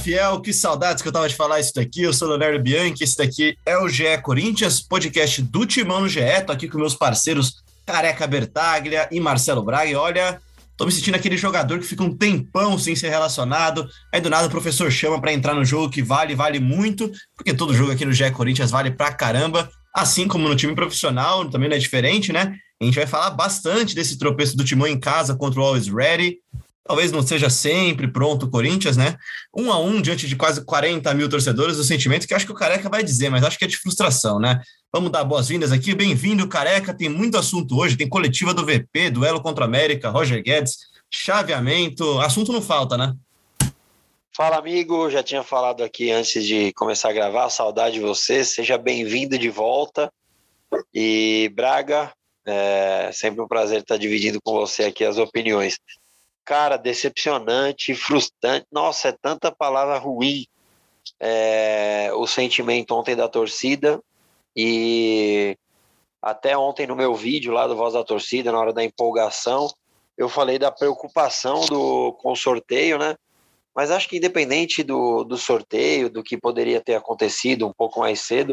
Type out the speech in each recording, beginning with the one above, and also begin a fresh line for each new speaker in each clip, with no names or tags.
fiel, que saudades que eu tava de falar isso daqui. Eu sou o Leonardo Bianchi, esse daqui é o GE Corinthians, podcast do Timão no GE. Tô aqui com meus parceiros Careca Bertaglia e Marcelo Braga. E olha, tô me sentindo aquele jogador que fica um tempão sem ser relacionado. Aí do nada o professor chama pra entrar no jogo que vale muito, porque todo jogo aqui no GE Corinthians vale pra caramba. Assim como no time profissional, também não é diferente, né? A gente vai falar bastante desse tropeço do Timão em casa contra o Always Ready. Talvez não seja sempre pronto o Corinthians, né? 1-1 diante de quase 40 mil torcedores, o sentimento que acho que o Careca vai dizer, mas acho que é de frustração, né? Vamos dar boas-vindas aqui. Bem-vindo, Careca. Tem muito assunto hoje. Tem coletiva do VP, duelo contra a América, Roger Guedes, chaveamento. Assunto não falta, né?
Fala, amigo. Já tinha falado aqui antes de começar a gravar. Saudade de você. Seja bem-vindo de volta. E Braga, sempre um prazer estar dividindo com você aqui as opiniões. Cara, decepcionante, frustrante. Nossa, é tanta palavra ruim. O sentimento ontem da torcida. E até ontem no meu vídeo lá do Voz da Torcida, na hora da empolgação, eu falei da preocupação com o sorteio, né? Mas acho que independente do sorteio, do que poderia ter acontecido um pouco mais cedo,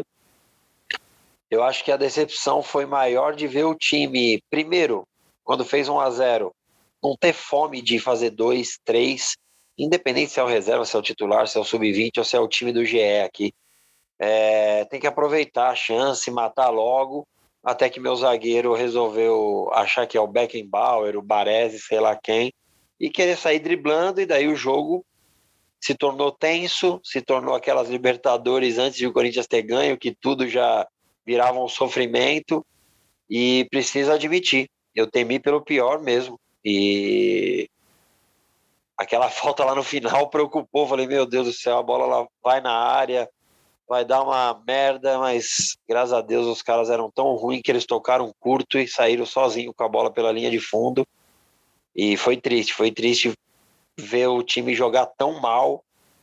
eu acho que a decepção foi maior de ver o time, primeiro, quando fez 1-0, não ter fome de fazer 2, 3, independente se é o reserva, se é o titular, se é o sub-20 ou se é o time do GE aqui. Tem que aproveitar a chance, matar logo, até que meu zagueiro resolveu achar que é o Beckenbauer, o Baresi, sei lá quem, e querer sair driblando, e daí o jogo se tornou tenso, se tornou aquelas Libertadores antes de o Corinthians ter ganho, que tudo já virava um sofrimento, e preciso admitir, eu temi pelo pior mesmo, e aquela falta lá no final preocupou, falei, meu Deus do céu, a bola lá vai na área, vai dar uma merda, mas graças a Deus os caras eram tão ruins que eles tocaram curto e saíram sozinhos com a bola pela linha de fundo, e foi triste ver o time jogar tão mal,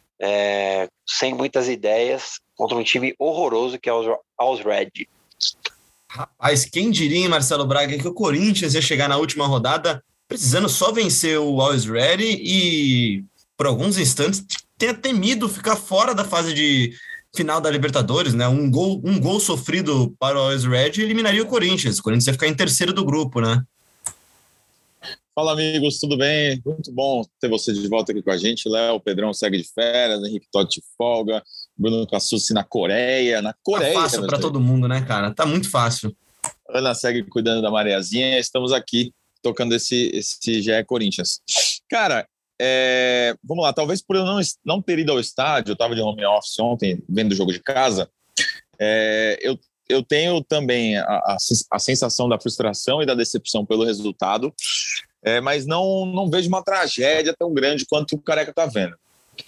sem muitas ideias, contra um time horroroso que é o Always Ready.
Rapaz, quem diria, hein, Marcelo Braga, que o Corinthians ia chegar na última rodada precisando só vencer o Always Ready e, por alguns instantes, tenha temido ficar fora da fase de final da Libertadores, né? Um gol sofrido para o Always Ready eliminaria o Corinthians. O Corinthians ia ficar em terceiro do grupo, né?
Fala, amigos, tudo bem? Muito bom ter você de volta aqui com a gente. Léo, Pedrão segue de férias, Henrique Totti de folga, Bruno Cassucci na Coreia.
Tá fácil para todo mundo, né, cara? Tá muito fácil.
Ana segue cuidando da Mariazinha. Estamos aqui tocando esse GE Corinthians. Cara, vamos lá. Talvez por eu não ter ido ao estádio, eu estava de home office ontem, vendo o jogo de casa, eu tenho também a sensação da frustração e da decepção pelo resultado, mas não vejo uma tragédia tão grande quanto o Careca está vendo.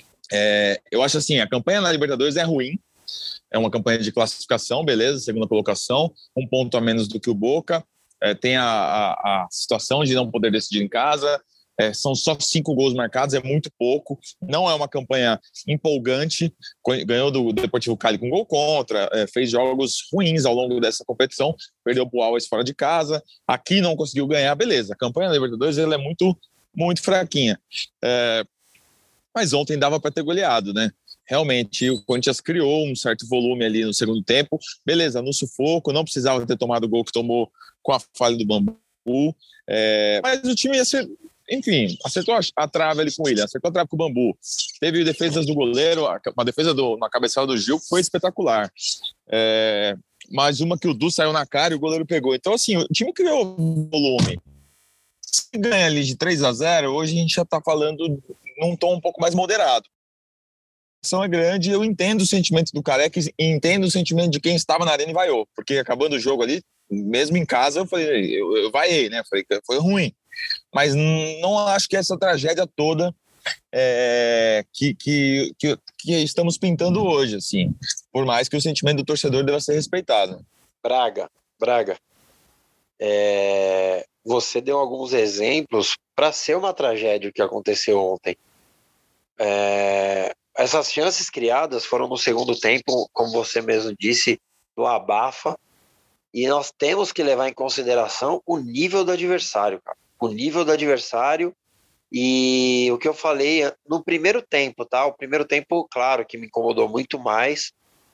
Eu acho assim, a campanha na Libertadores é ruim, é uma campanha de classificação, beleza, segunda colocação, 1 ponto a menos do que o Boca, tem a situação de não poder decidir em casa, são só 5 gols marcados, é muito pouco, não é uma campanha empolgante, ganhou do Deportivo Cali com gol contra, fez jogos ruins ao longo dessa competição, perdeu para o Always fora de casa, aqui não conseguiu ganhar, beleza, a campanha da Libertadores ela é muito, muito fraquinha, mas ontem dava para ter goleado, né? Realmente, o Corinthians criou um certo volume ali no segundo tempo, beleza, no sufoco, não precisava ter tomado o gol que tomou com a falha do Bambu, mas o time ia ser... Enfim, acertou a trave ali com o Willian, acertou a trave com o Bambu. Teve defesas do goleiro, uma defesa na cabeçada do Gil que foi espetacular. Mas uma que o Du saiu na cara e o goleiro pegou. Então, assim, o time criou volume. Se ganha ali de 3-0, hoje a gente já está falando num tom um pouco mais moderado. A ação é grande, eu entendo o sentimento do Careca e entendo o sentimento de quem estava na arena e vaiou. Porque acabando o jogo ali, mesmo em casa, eu falei, eu vaiei, né? Falei que foi ruim. Mas não acho que essa tragédia toda que estamos pintando hoje, assim, por mais que o sentimento do torcedor deva ser respeitado.
Braga, você deu alguns exemplos para ser uma tragédia o que aconteceu ontem. Essas chances criadas foram no segundo tempo, como você mesmo disse, do abafa, e nós temos que levar em consideração o nível do adversário, cara. O nível do adversário E o que eu falei no primeiro tempo, tá? O primeiro tempo, claro, que me incomodou muito mais,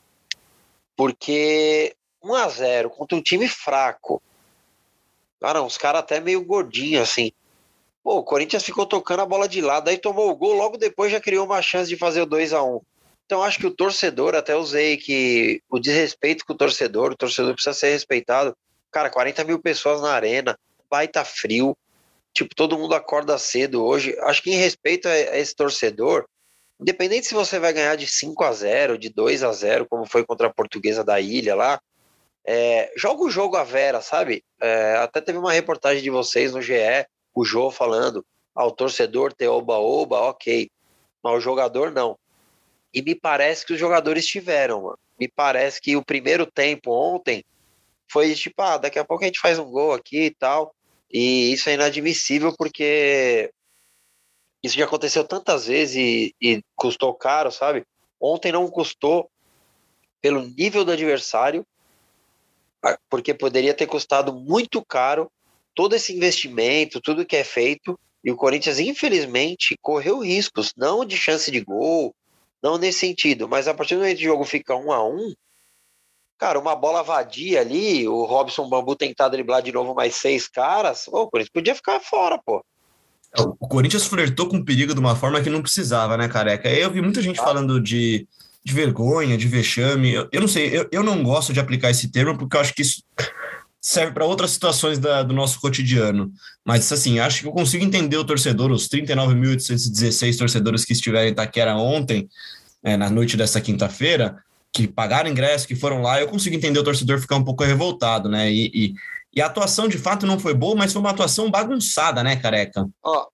porque 1-0 contra um time fraco. Cara, uns caras até meio gordinhos, assim. Pô, o Corinthians ficou tocando a bola de lado, aí tomou o gol, logo depois já criou uma chance de fazer o 2-1. Então acho que o torcedor, até usei que o desrespeito com o torcedor precisa ser respeitado. Cara, 40 mil pessoas na arena, baita frio, tipo, todo mundo acorda cedo hoje. Acho que em respeito a esse torcedor, independente se você vai ganhar de 5-0, de 2-0, como foi contra a Portuguesa da Ilha lá, joga o jogo à vera, sabe? Até teve uma reportagem de vocês no GE, o Jô falando, o torcedor ter oba-oba, ok, mas o jogador não. E me parece que os jogadores tiveram, mano. Me parece que o primeiro tempo ontem foi tipo, daqui a pouco a gente faz um gol aqui e tal, e isso é inadmissível porque isso já aconteceu tantas vezes e custou caro, sabe? Ontem não custou pelo nível do adversário, porque poderia ter custado muito caro todo esse investimento, tudo que é feito, e o Corinthians, infelizmente, correu riscos, não de chance de gol, não nesse sentido, mas a partir do momento que o jogo fica 1-1, cara, uma bola vadia ali, o Robson Bambu tentar driblar de novo mais 6 caras, o Corinthians podia ficar fora, pô.
O Corinthians flertou com o perigo de uma forma que não precisava, né, careca? Eu vi muita gente falando de vergonha, de vexame. Eu não sei, eu não gosto de aplicar esse termo porque eu acho que isso serve para outras situações do nosso cotidiano. Mas, assim, acho que eu consigo entender o torcedor, os 39.816 torcedores que estiveram em Itaquera ontem, na noite dessa quinta-feira, que pagaram ingresso, que foram lá. Eu consigo entender o torcedor ficar um pouco revoltado, né? E a atuação, de fato, não foi boa, mas foi uma atuação bagunçada, né, careca?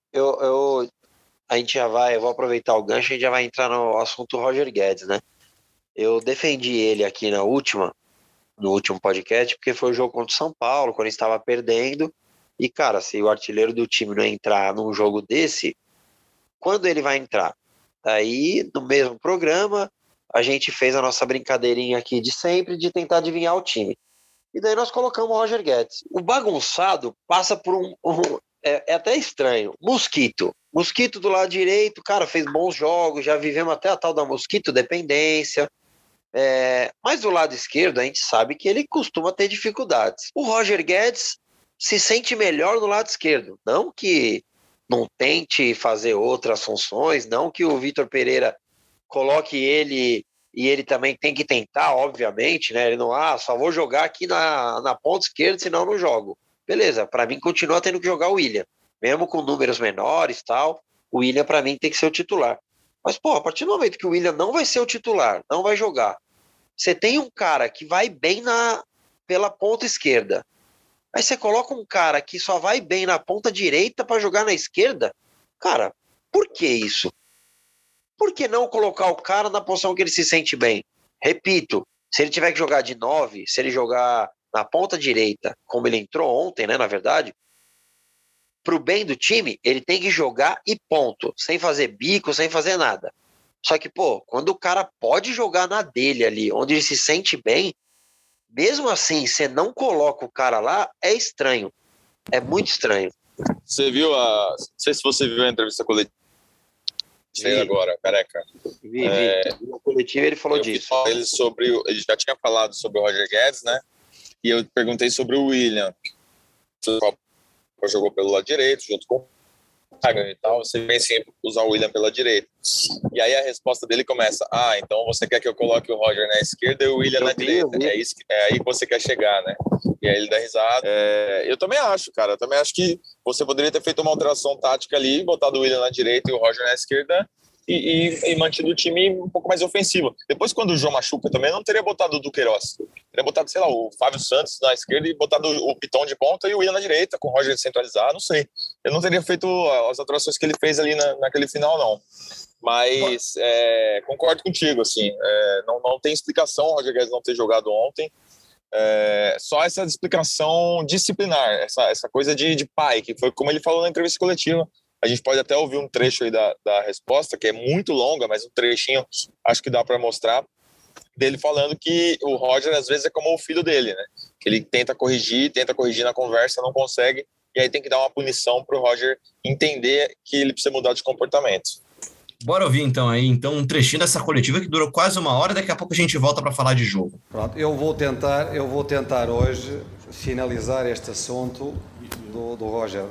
A gente já vai, eu vou aproveitar o gancho, a gente já vai entrar no assunto Roger Guedes, né? Eu defendi ele aqui no último podcast, porque foi o jogo contra o São Paulo, quando ele estava perdendo, e cara, se o artilheiro do time não entrar num jogo desse, quando ele vai entrar? Aí, no mesmo programa, a gente fez a nossa brincadeirinha aqui de sempre, de tentar adivinhar o time. E daí nós colocamos o Roger Guedes. O bagunçado passa por é até estranho. Mosquito do lado direito, cara, fez bons jogos, já vivemos até a tal da mosquito dependência. Mas do lado esquerdo a gente sabe que ele costuma ter dificuldades. O Roger Guedes se sente melhor no lado esquerdo. Não que não tente fazer outras funções, não que o Vitor Pereira coloque ele e ele também tem que tentar, obviamente, né? Ele não, só vou jogar aqui na ponta esquerda, senão não jogo. Beleza, para mim continua tendo que jogar o William. Mesmo com números menores e tal, o William para mim tem que ser o titular. Mas, pô, a partir do momento que o William não vai ser o titular, não vai jogar, você tem um cara que vai bem pela ponta esquerda, aí você coloca um cara que só vai bem na ponta direita para jogar na esquerda, cara, por que isso? Por que não colocar o cara na posição que ele se sente bem? Repito, se ele tiver que jogar de 9, se ele jogar na ponta direita, como ele entrou ontem, né, na verdade, pro bem do time, ele tem que jogar e ponto, sem fazer bico, sem fazer nada. Só que, pô, quando o cara pode jogar na dele ali, onde ele se sente bem, mesmo assim, você não coloca o cara lá, é estranho. É muito estranho.
Você viu não sei se você viu a entrevista coletiva agora, careca.
Vi. No coletivo ele falou disso.
Ele já tinha falado sobre o Roger Guedes, né? E eu perguntei sobre o William. Jogou pelo lado direito, junto com o Wagner e tal. Você pensa em usar o William pela direita. E aí a resposta dele começa: então você quer que eu coloque o Roger na esquerda e o William na direita. É aí que você quer chegar, né? E aí ele dá risada. Eu também acho, cara. Eu também acho que você poderia ter feito uma alteração tática ali, botado o William na direita e o Roger na esquerda e mantido o time um pouco mais ofensivo. Depois, quando o João machuca também, eu não teria botado o Duqueiroz. Teria botado, sei lá, o Fábio Santos na esquerda e botado o Piton de ponta e o William na direita, com o Roger centralizado, não sei. Eu não teria feito as alterações que ele fez ali naquele final, não. Mas concordo contigo, assim. Não tem explicação o Roger Guedes não ter jogado ontem. Só essa explicação disciplinar, essa coisa de pai, que foi como ele falou na entrevista coletiva. A gente pode até ouvir um trecho aí da resposta, que é muito longa, mas um trechinho acho que dá para mostrar, dele falando que o Roger às vezes é como o filho dele, né? Que ele tenta corrigir na conversa, não consegue, e aí tem que dar uma punição para o Roger entender que ele precisa mudar de comportamento.
Bora ouvir então um trechinho dessa coletiva que durou quase 1 hora, daqui a pouco a gente volta para falar de jogo.
Pronto, eu vou tentar hoje finalizar este assunto do Roger.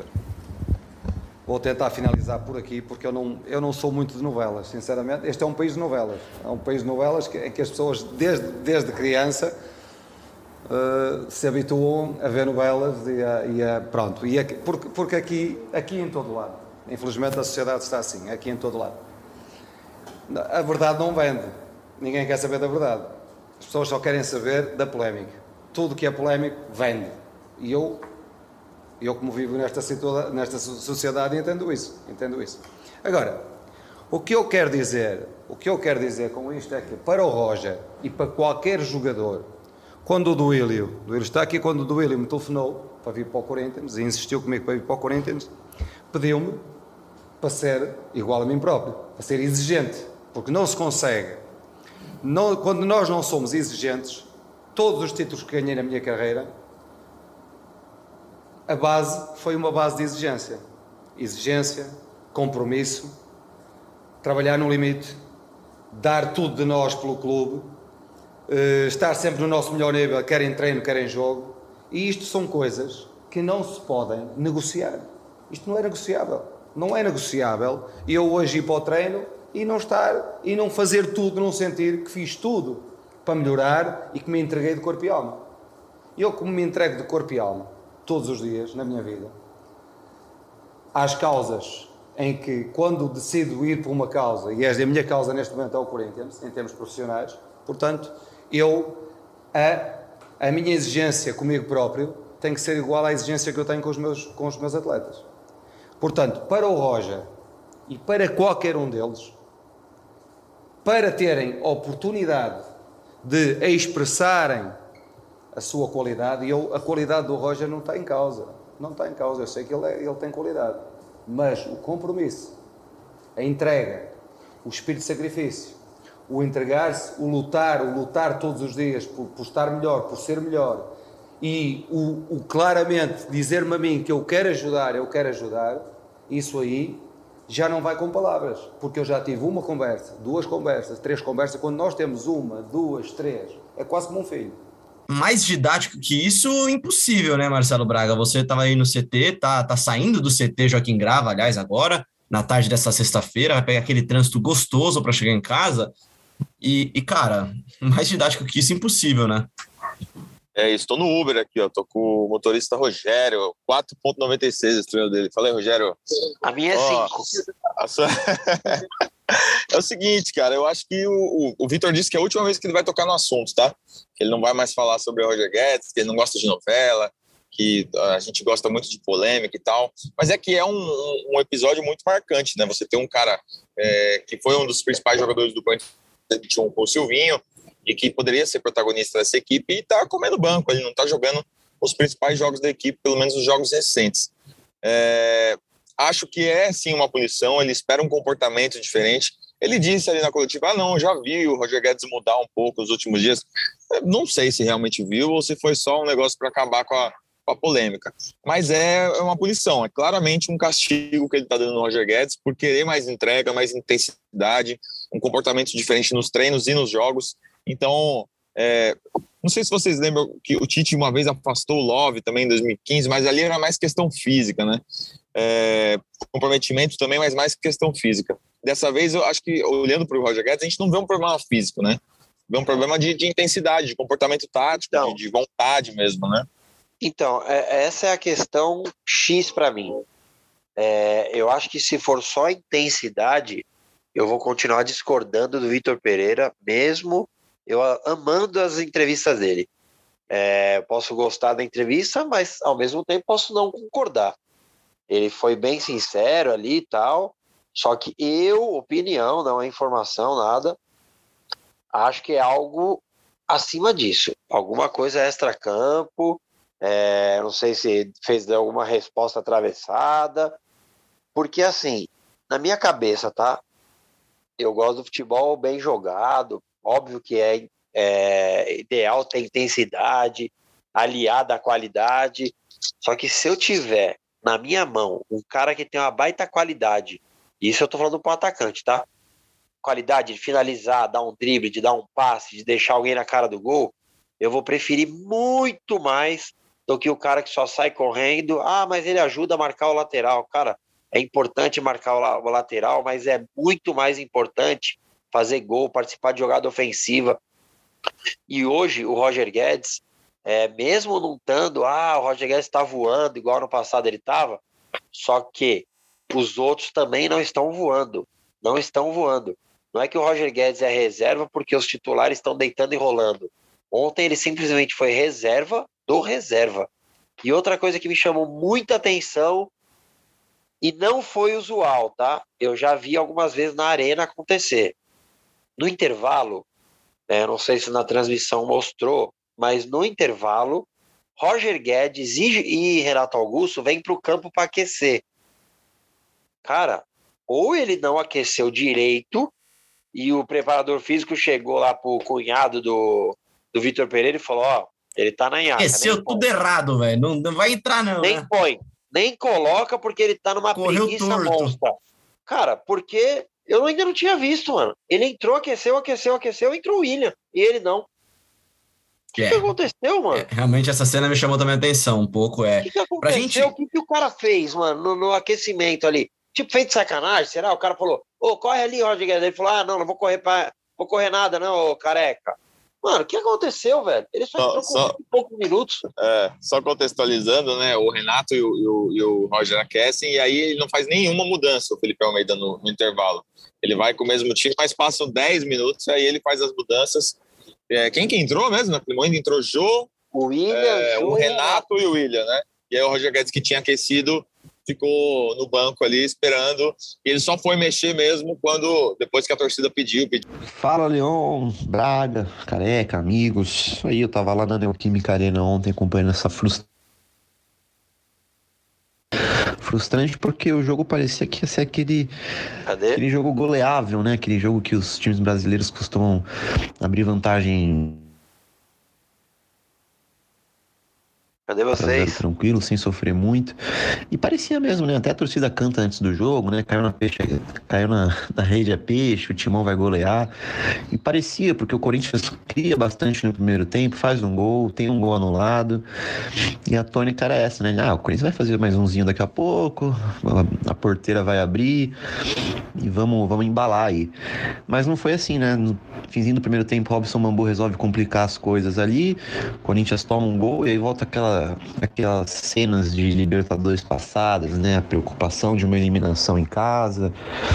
Vou tentar finalizar por aqui, porque eu não sou muito de novelas, sinceramente. Este é um país de novelas. É um país de novelas em que as pessoas, desde criança, se habituam a ver novelas pronto. Porque aqui em todo lado, infelizmente a sociedade está assim, aqui em todo lado. A verdade não vende. Ninguém quer saber da verdade. As pessoas só querem saber da polémica. Tudo que é polémico vende. E eu como vivo nesta sociedade, entendo isso. Agora, o que eu quero dizer com isto é que para o Roger e para qualquer jogador, quando o Duílio está aqui, quando o Duílio me telefonou para vir para o Corinthians e insistiu comigo para vir para o Corinthians, pediu-me para ser igual a mim próprio, para ser exigente, porque não se consegue. Quando nós não somos exigentes, todos os títulos que ganhei na minha carreira, a base foi uma base de exigência, compromisso, trabalhar no limite, dar tudo de nós pelo clube, estar sempre no nosso melhor nível, quer em treino, quer em jogo, e isto são coisas que não se podem negociar. Isto não é negociável eu hoje ir para o treino e não estar e não fazer tudo, não sentir que fiz tudo para melhorar e que me entreguei de corpo e alma. Eu, como me entrego de corpo e alma todos os dias na minha vida, às causas em que, quando decido ir por uma causa, e a minha causa neste momento é o Corinthians, em termos profissionais, portanto, a minha exigência comigo próprio tem que ser igual à exigência que eu tenho com os meus atletas. Portanto, para o Roger e para qualquer um deles, para terem oportunidade de expressarem a sua qualidade, e a qualidade do Roger não está em causa, eu sei que ele tem qualidade, mas o compromisso, a entrega, o espírito de sacrifício, o entregar-se, o lutar todos os dias por estar melhor, por ser melhor, e o claramente dizer-me a mim que eu quero ajudar, isso aí já não vai com palavras, porque eu já tive uma conversa, 2 conversas, 3 conversas. Quando nós temos 1, 2, 3, é quase como um filho.
Mais didático que isso, impossível, né, Marcelo Braga? Você estava aí no CT, tá saindo do CT Joaquim Grava, aliás, agora, na tarde dessa sexta-feira, vai pegar aquele trânsito gostoso para chegar em casa. E, cara, mais didático que isso, impossível, né?
É isso, tô no Uber aqui, ó, tô com o motorista Rogério, 4.96 a estrela dele. Fala aí, Rogério.
A minha é 5.
É o seguinte, cara, eu acho que o Vitor disse que é a última vez que ele vai tocar no assunto, tá? Que ele não vai mais falar sobre o Roger Guedes, que ele não gosta de novela, que a gente gosta muito de polêmica e tal, mas é que é um episódio muito marcante, né? Você tem um cara que foi um dos principais jogadores do Corinthians, o Silvinho, e que poderia ser protagonista dessa equipe e tá comendo banco, ele não tá jogando os principais jogos da equipe, pelo menos os jogos recentes. Acho que é sim uma punição, ele espera um comportamento diferente. Ele disse ali na coletiva, não, já vi o Roger Guedes mudar um pouco nos últimos dias. Não sei se realmente viu ou se foi só um negócio para acabar com a polêmica. Mas é uma punição, é claramente um castigo que ele está dando no Roger Guedes por querer mais entrega, mais intensidade, um comportamento diferente nos treinos e nos jogos. Então, não sei se vocês lembram que o Tite uma vez afastou o Love também em 2015, mas ali era mais questão física, né? Comprometimento também, mas mais questão física. Dessa vez, eu acho que, olhando para o Roger Guedes, a gente não vê um problema físico, né? Vê um problema de intensidade, de comportamento tático, então, de vontade mesmo, né?
Então, essa é a questão X para mim. Eu acho que se for só intensidade, eu vou continuar discordando do Vitor Pereira, mesmo eu amando as entrevistas dele. Posso gostar da entrevista, mas ao mesmo tempo posso não concordar. Ele foi bem sincero ali e tal, só que opinião, não é informação, nada, acho que é algo acima disso. Alguma coisa extra-campo, não sei se fez alguma resposta atravessada, porque assim, na minha cabeça, tá? Eu gosto do futebol bem jogado, óbvio que é ideal ter intensidade, aliada à qualidade, Só que se eu tiver na minha mão um cara que tem uma baita qualidade, isso eu tô falando pro atacante, tá? Qualidade de finalizar, dar um drible, de dar um passe, de deixar alguém na cara do gol, eu vou preferir muito mais do que o cara que só sai correndo. Ah, mas ele ajuda a marcar o lateral. Cara, é importante marcar o lateral, mas é muito mais importante fazer gol, participar de jogada ofensiva. E hoje o Roger Guedes, mesmo não estando, o Roger Guedes está voando, igual no passado ele estava, só que os outros também não estão voando. Não estão voando. Não é que o Roger Guedes é reserva porque os titulares estão deitando e rolando. Ontem ele simplesmente foi reserva do reserva. E outra coisa que me chamou muita atenção, e não foi usual, tá? Eu já vi algumas vezes na arena acontecer. No intervalo, não sei se na transmissão mostrou, mas no intervalo, Roger Guedes e Renato Augusto vêm para o campo para aquecer. Cara, ou ele não aqueceu direito e o preparador físico chegou lá pro cunhado do Vitor Pereira e falou, ele tá na nhaca.
Aqueceu tudo errado, velho. Não vai entrar não,
nem
né?
põe, nem coloca porque ele tá numa
Correu
preguiça
torto.
monstra. Cara, porque eu ainda não tinha visto, mano. Ele entrou, aqueceu, entrou o William. E ele não. O que aconteceu, mano?
Realmente essa cena me chamou também a atenção um pouco.
O que aconteceu? O que o cara fez, mano, no aquecimento ali? Tipo, feito sacanagem, será? O cara falou, corre ali, Roger Guedes. Ele falou, não vou correr nada, não, careca. Mano, o que aconteceu, velho? Ele só entrou com 20 e poucos minutos.
Só contextualizando, né? O Renato e o Roger aquecem, e aí ele não faz nenhuma mudança, o Felipe Almeida, no intervalo. Ele vai com o mesmo time, mas passam 10 minutos, aí ele faz as mudanças. Quem que entrou mesmo? Naquele momento entrou
o William,
o Renato e o William, né? E aí o Roger Guedes, que tinha aquecido, ficou no banco ali esperando, e ele só foi mexer mesmo depois que a torcida pediu.
Fala, Leon, Braga, Careca, amigos. Isso aí, eu tava lá na Neoquímica Arena ontem acompanhando essa frustrante, porque o jogo parecia que ia ser aquele jogo goleável, né? Aquele jogo que os times brasileiros costumam abrir vantagem.
Cadê vocês?
Tranquilo, sem sofrer muito. E parecia mesmo, né? Até a torcida canta antes do jogo, né? Caiu na rede é peixe, o Timão vai golear. E parecia, porque o Corinthians cria bastante no primeiro tempo, faz um gol, tem um gol anulado. E a tônica era essa, né? O Corinthians vai fazer mais umzinho daqui a pouco, a porteira vai abrir e vamos embalar aí. Mas não foi assim, né? No finzinho do primeiro tempo, Robson Bambu resolve complicar as coisas ali, o Corinthians toma um gol e aí volta aquelas cenas de Libertadores passadas, né? A preocupação de uma eliminação em casa,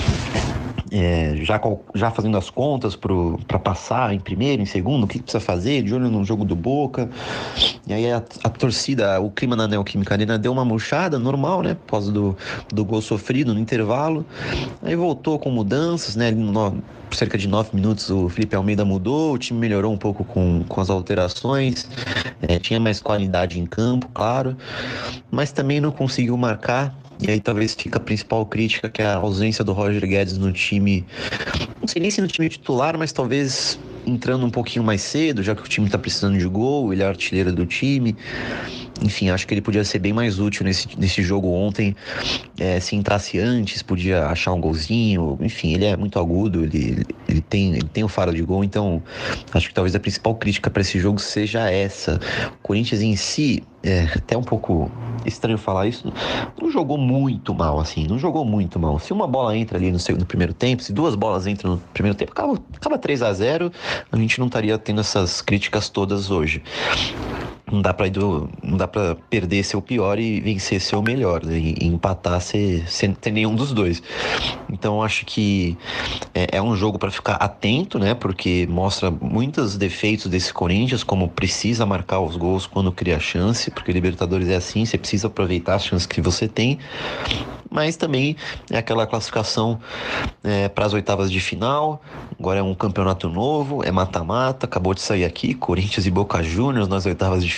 já fazendo as contas para passar em primeiro, em segundo, o que precisa fazer, de olho no jogo do Boca. E aí a torcida, o clima na Neoquímica Arena deu uma murchada, normal, né? Após do gol sofrido no intervalo. Aí voltou com mudanças, né? Por cerca de 9 minutos o Felipe Almeida mudou, o time melhorou um pouco com as alterações, tinha mais qualidade em campo, claro, mas também não conseguiu marcar. E aí talvez fica a principal crítica, que é a ausência do Roger Guedes no time, não sei nem se no time titular, mas talvez entrando um pouquinho mais cedo, já que o time tá precisando de gol, ele é artilheiro do time. Enfim, acho que ele podia ser bem mais útil nesse jogo ontem, se entrasse antes, podia achar um golzinho. Enfim, ele é muito agudo, ele tem o faro de gol, então acho que talvez a principal crítica para esse jogo seja essa. O Corinthians em si, até um pouco estranho falar isso, não jogou muito mal, assim, não jogou muito mal. Se uma bola entra ali no primeiro tempo, se duas bolas entram no primeiro tempo, acaba 3-0, a gente não estaria tendo essas críticas todas hoje. Não dá pra perder ser o pior e vencer ser o melhor, né? E empatar sem ter nenhum dos dois. Então acho que é um jogo para ficar atento, né? Porque mostra muitos defeitos desse Corinthians, como precisa marcar os gols quando cria chance, porque Libertadores é assim, você precisa aproveitar as chances que você tem. Mas também é aquela classificação para as oitavas de final. Agora é um campeonato novo, é mata-mata, acabou de sair aqui, Corinthians e Boca Juniors nas oitavas de final.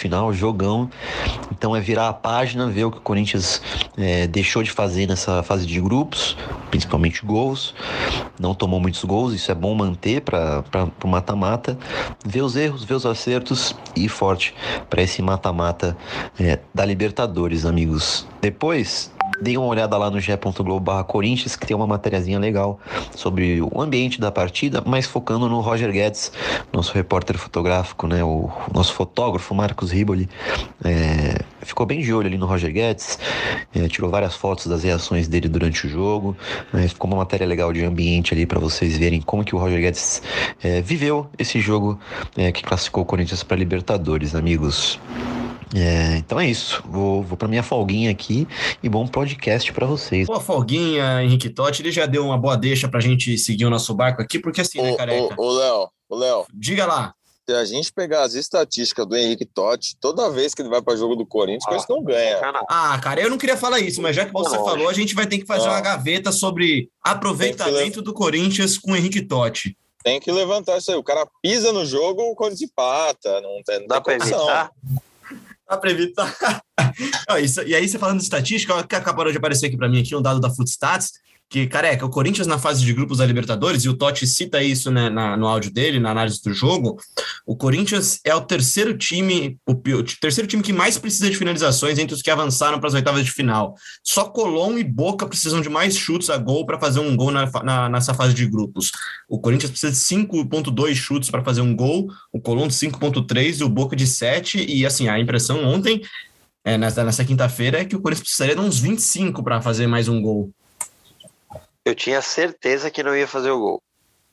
final, jogão. Então é virar a página, ver o que o Corinthians deixou de fazer nessa fase de grupos, principalmente gols. Não tomou muitos gols, isso é bom manter para o mata-mata. Ver os erros, ver os acertos e ir forte para esse mata-mata da Libertadores, amigos. Depois, dei uma olhada lá no ge.globo/Corinthians, que tem uma matériazinha legal sobre o ambiente da partida, mas focando no Roger Guedes, nosso repórter fotográfico, né? O nosso fotógrafo, Marcos Riboli, ficou bem de olho ali no Roger Guedes, tirou várias fotos das reações dele durante o jogo, ficou uma matéria legal de ambiente ali para vocês verem como que o Roger Guedes viveu esse jogo que classificou o Corinthians para Libertadores, amigos. Então é isso, vou pra minha folguinha aqui e bom podcast pra vocês.
Pô, folguinha, Henrique Totti, ele já deu uma boa deixa pra gente seguir o nosso barco aqui, porque assim, né, careca?
Ô, Léo,
diga lá.
se a gente pegar as estatísticas do Henrique Totti, toda vez que ele vai para jogo do Corinthians, o Corinthians não ganha.
Cara, eu não queria falar isso, mas já que você falou, a gente vai ter que fazer uma gaveta sobre aproveitamento do Corinthians com o Henrique Totti.
Tem que levantar isso aí. O cara pisa no jogo, o Corinthians empata. Não tem condição.
Dá pra evitar. E aí, você falando de estatística, que acabou de aparecer aqui pra mim, aqui um dado da Footstats, que, careca, o Corinthians na fase de grupos da Libertadores, e o Totti cita isso, né, no áudio dele, na análise do jogo, o Corinthians é o terceiro time que mais precisa de finalizações entre os que avançaram para as oitavas de final. Só Colón e Boca precisam de mais chutes a gol para fazer um gol nessa fase de grupos. O Corinthians precisa de 5,2 chutes para fazer um gol, o Colón de 5,3 e o Boca de 7, e assim, a impressão ontem, nessa quinta-feira, é que o Corinthians precisaria de uns 25 para fazer mais um gol.
Eu tinha certeza que não ia fazer o gol.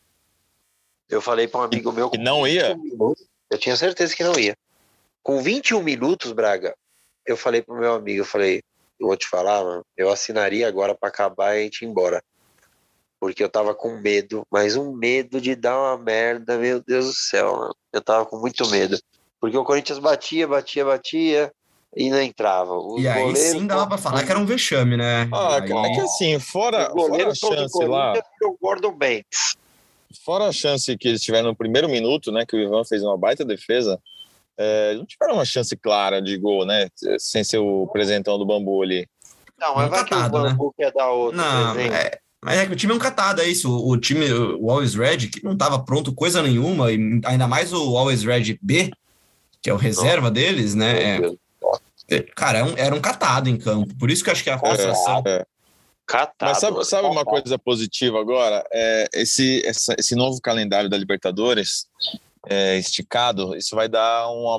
Eu falei para um amigo meu...
Que não ia?
Eu tinha certeza que não ia. Com 21 minutos, Braga, eu falei pro meu amigo, eu vou te falar, mano, eu assinaria agora para acabar e a gente ir embora. Porque eu tava com medo, mas um medo de dar uma merda, meu Deus do céu, mano. Eu tava com muito medo. Porque o Corinthians batia e não entrava.
E aí sim dava pra falar que era um vexame, né?
É que assim, fora a chance lá...
O Gordon Banks.
Fora a chance que eles tiveram no primeiro minuto, né, que o Ivan fez uma baita defesa, não tiveram uma chance clara de gol, né, sem ser o presentão do Bambu ali.
Não, mas vai que o Bambu quer dar outro presente.
Mas é que o time é um catado, é isso. O Always Red, que não tava pronto coisa nenhuma, e ainda mais o Always Red B, que é o reserva deles, né, cara, era um catado em campo. Por isso que eu acho que a frustração...
Catado.
Mas sabe uma coisa positiva agora? Esse novo calendário da Libertadores esticado, isso vai dar um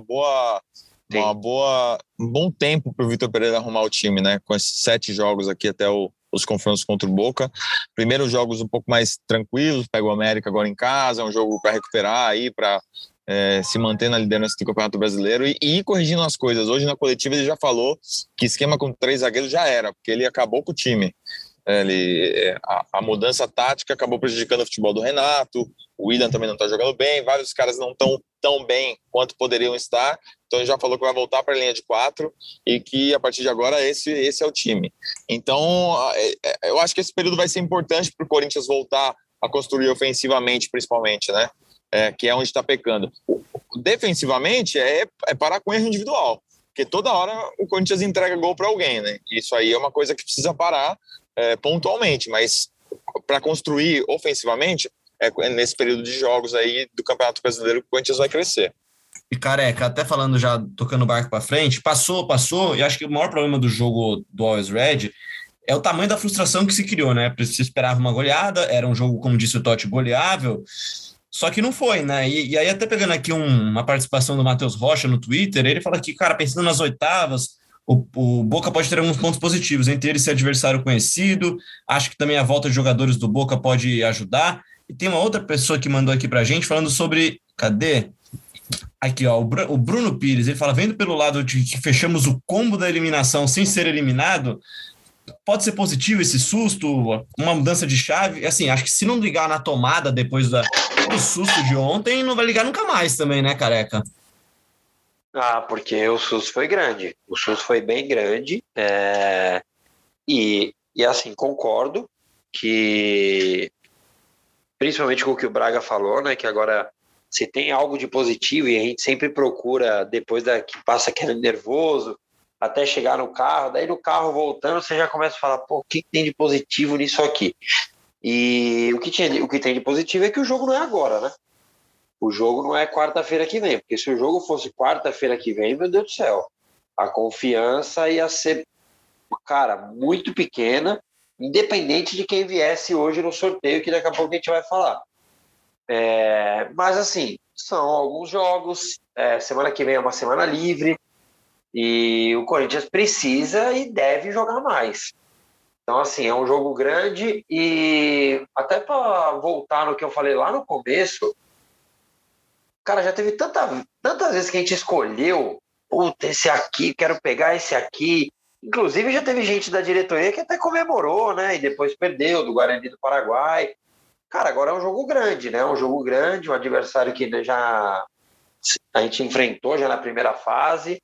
bom tempo para o Vitor Pereira arrumar o time, né? Com esses 7 jogos aqui até os confrontos contra o Boca. Primeiro jogos um pouco mais tranquilos, pega o América agora em casa, é um jogo para recuperar aí, para se manter na liderança do Campeonato Brasileiro e ir corrigindo as coisas. Hoje na coletiva ele já falou que esquema com 3 zagueiros já era, porque ele acabou com o time. A mudança tática acabou prejudicando o futebol do Renato, o Willian também não está jogando bem, vários caras não estão tão bem quanto poderiam estar, então ele já falou que vai voltar para a linha de 4 e que a partir de agora esse é o time. Então eu acho que esse período vai ser importante para o Corinthians voltar a construir ofensivamente, principalmente, né? Que é onde está pecando. Defensivamente é parar com erro individual, porque toda hora o Corinthians entrega gol para alguém, né? Isso aí é uma coisa que precisa parar pontualmente, mas para construir ofensivamente nesse período de jogos aí do Campeonato Brasileiro que o Corinthians vai crescer.
E careca, até falando já, tocando o barco para frente, passou, e acho que o maior problema do jogo do Always Red é o tamanho da frustração que se criou, né? Se esperava uma goleada, era um jogo, como disse o Totti, goleável, só que não foi, né? E aí, até pegando aqui uma participação do Matheus Rocha no Twitter, ele fala que, cara, pensando nas oitavas, o Boca pode ter alguns pontos positivos, entre eles ser adversário conhecido, acho que também a volta de jogadores do Boca pode ajudar. E tem uma outra pessoa que mandou aqui pra gente falando sobre... Cadê? Aqui, ó, o Bruno Pires, ele fala, vendo pelo lado de que fechamos o combo da eliminação sem ser eliminado, pode ser positivo esse susto, uma mudança de chave? Assim, acho que se não ligar na tomada depois do susto de ontem, não vai ligar nunca mais também, né, careca?
Porque o susto foi grande. O susto foi bem grande. E assim, concordo que, principalmente com o que o Braga falou, né, que agora se tem algo de positivo, e a gente sempre procura, depois que passa aquele nervoso, até chegar no carro, daí no carro voltando, você já começa a falar, pô, o que tem de positivo nisso aqui? E o que tem de positivo é que o jogo não é agora, né? O jogo não é quarta-feira que vem, porque se o jogo fosse quarta-feira que vem, meu Deus do céu, a confiança ia ser, cara, muito pequena, independente de quem viesse hoje no sorteio, que daqui a pouco a gente vai falar. Mas, assim, são alguns jogos, semana que vem é uma semana livre, e o Corinthians precisa e deve jogar mais. Então, assim, é um jogo grande e até para voltar no que eu falei lá no começo, cara, já teve tantas vezes que a gente escolheu, puta, esse aqui, quero pegar esse aqui. Inclusive, já teve gente da diretoria que até comemorou, né? E depois perdeu, do Guarani do Paraguai. Cara, agora é um jogo grande, né? Um jogo grande, um adversário que já a gente enfrentou já na primeira fase.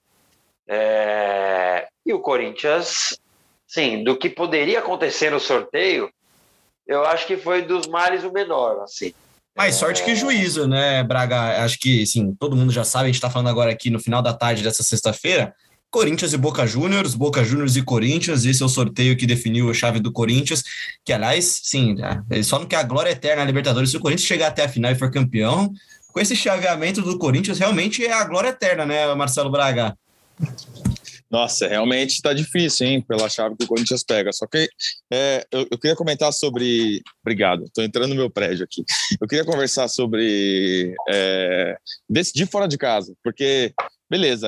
E o Corinthians, sim, do que poderia acontecer no sorteio, eu acho que foi dos males o menor, assim.
Mais sorte que juízo, né, Braga? Acho que, sim, todo mundo já sabe, a gente está falando agora aqui no final da tarde dessa sexta-feira, Corinthians e Boca Juniors e Corinthians, esse é o sorteio que definiu a chave do Corinthians, que, aliás, sim, eles falam que a glória eterna na Libertadores, se o Corinthians chegar até a final e for campeão, com esse chaveamento do Corinthians, realmente é a glória eterna, né, Marcelo Braga?
Nossa, realmente está difícil, hein, pela chave que o Corinthians pega. Só que eu queria comentar sobre... Obrigado, estou entrando no meu prédio aqui. Eu queria conversar sobre decidir fora de casa, porque, beleza,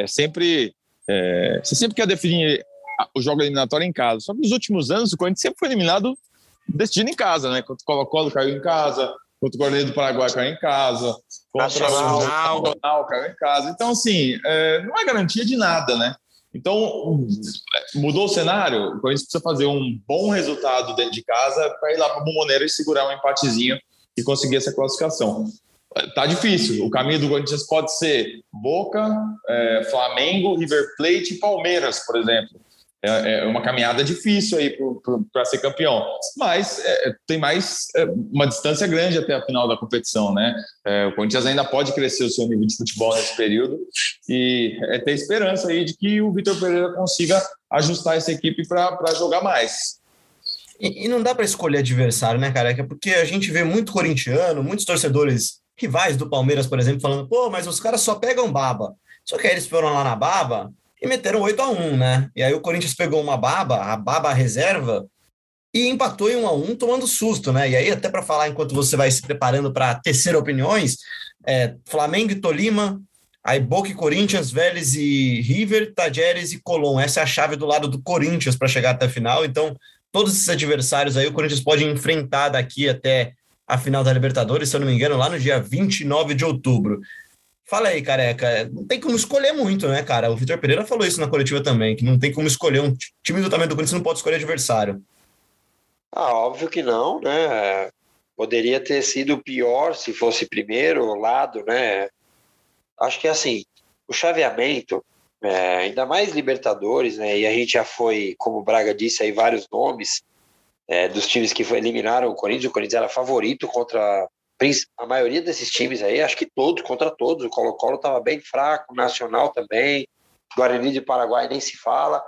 você sempre quer definir o jogo eliminatório em casa. Só que nos últimos anos o Corinthians sempre foi eliminado decidindo em casa, né? Contra o Colo-Colo caiu em casa, contra o Guarani do Paraguai caiu em casa, contra o Nacional caiu em casa. Então, assim, não é garantia de nada, né? Então, mudou o cenário, o Corinthians precisa fazer um bom resultado dentro de casa para ir lá para a Bombonera e segurar um empatezinho e conseguir essa classificação. Tá difícil, o caminho do Corinthians pode ser Boca, Flamengo, River Plate e Palmeiras, por exemplo. É uma caminhada difícil aí para ser campeão, mas tem mais uma distância grande até a final da competição, né? O Corinthians ainda pode crescer o seu nível de futebol nesse período e ter esperança aí de que o Vitor Pereira consiga ajustar essa equipe para jogar mais.
E não dá para escolher adversário, né, cara? Porque a gente vê muito corintiano, muitos torcedores rivais do Palmeiras, por exemplo, falando, pô, mas os caras só pegam baba. Só que aí eles foram lá na baba e meteram 8-1, né? E aí o Corinthians pegou uma baba, a baba reserva, e empatou em 1-1, tomando susto, né? E aí, até para falar, enquanto você vai se preparando para tecer opiniões, Flamengo e Tolima, aí Boca e Corinthians, Vélez e River, Tajeres e Colón. Essa é a chave do lado do Corinthians para chegar até a final. Então, todos esses adversários aí o Corinthians pode enfrentar daqui até a final da Libertadores, se eu não me engano, lá no dia 29 de outubro. Fala aí, Careca, não tem como escolher muito, né, cara? O Vitor Pereira falou isso na coletiva também, que não tem como escolher um time do tamanho do Corinthians, não pode escolher adversário.
Óbvio que não, né? Poderia ter sido pior se fosse primeiro lado, né? Acho que, assim, o chaveamento, ainda mais Libertadores, né? E a gente já foi, como o Braga disse aí, vários nomes dos times que eliminaram o Corinthians. O Corinthians era favorito contra a maioria desses times aí, acho que todos, contra todos. O Colo-Colo estava bem fraco, o Nacional também, Guarani de Paraguai nem se fala,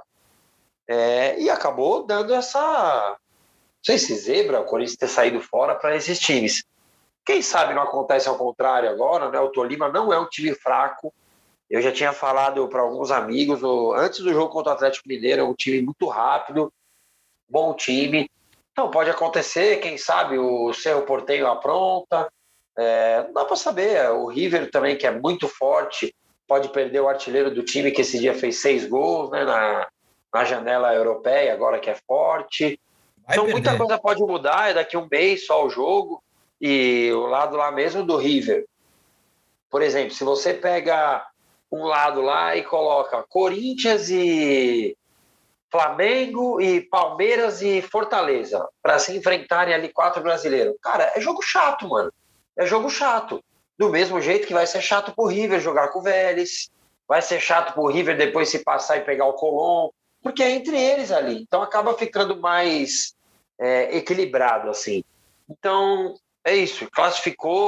e acabou dando essa, não sei se zebra, o Corinthians ter saído fora para esses times. Quem sabe não acontece ao contrário agora, né? O Tolima não é um time fraco, eu já tinha falado para alguns amigos, antes do jogo contra o Atlético Mineiro, é um time muito rápido, bom time. Então, pode acontecer, quem sabe o Cerro Porteño apronta, não dá para saber. O River também, que é muito forte, pode perder o artilheiro do time, que esse dia fez 6 gols, né, na janela europeia, agora que é forte. Então, muita coisa pode mudar, daqui um mês só o jogo, e o lado lá mesmo do River. Por exemplo, se você pega um lado lá e coloca Corinthians e Flamengo e Palmeiras e Fortaleza para se enfrentarem ali 4 brasileiros. Cara, é jogo chato, mano. É jogo chato. Do mesmo jeito que vai ser chato pro River jogar com o Vélez, vai ser chato pro River depois se passar e pegar o Colón, porque é entre eles ali. Então acaba ficando mais equilibrado, assim. Então, é isso. Classificou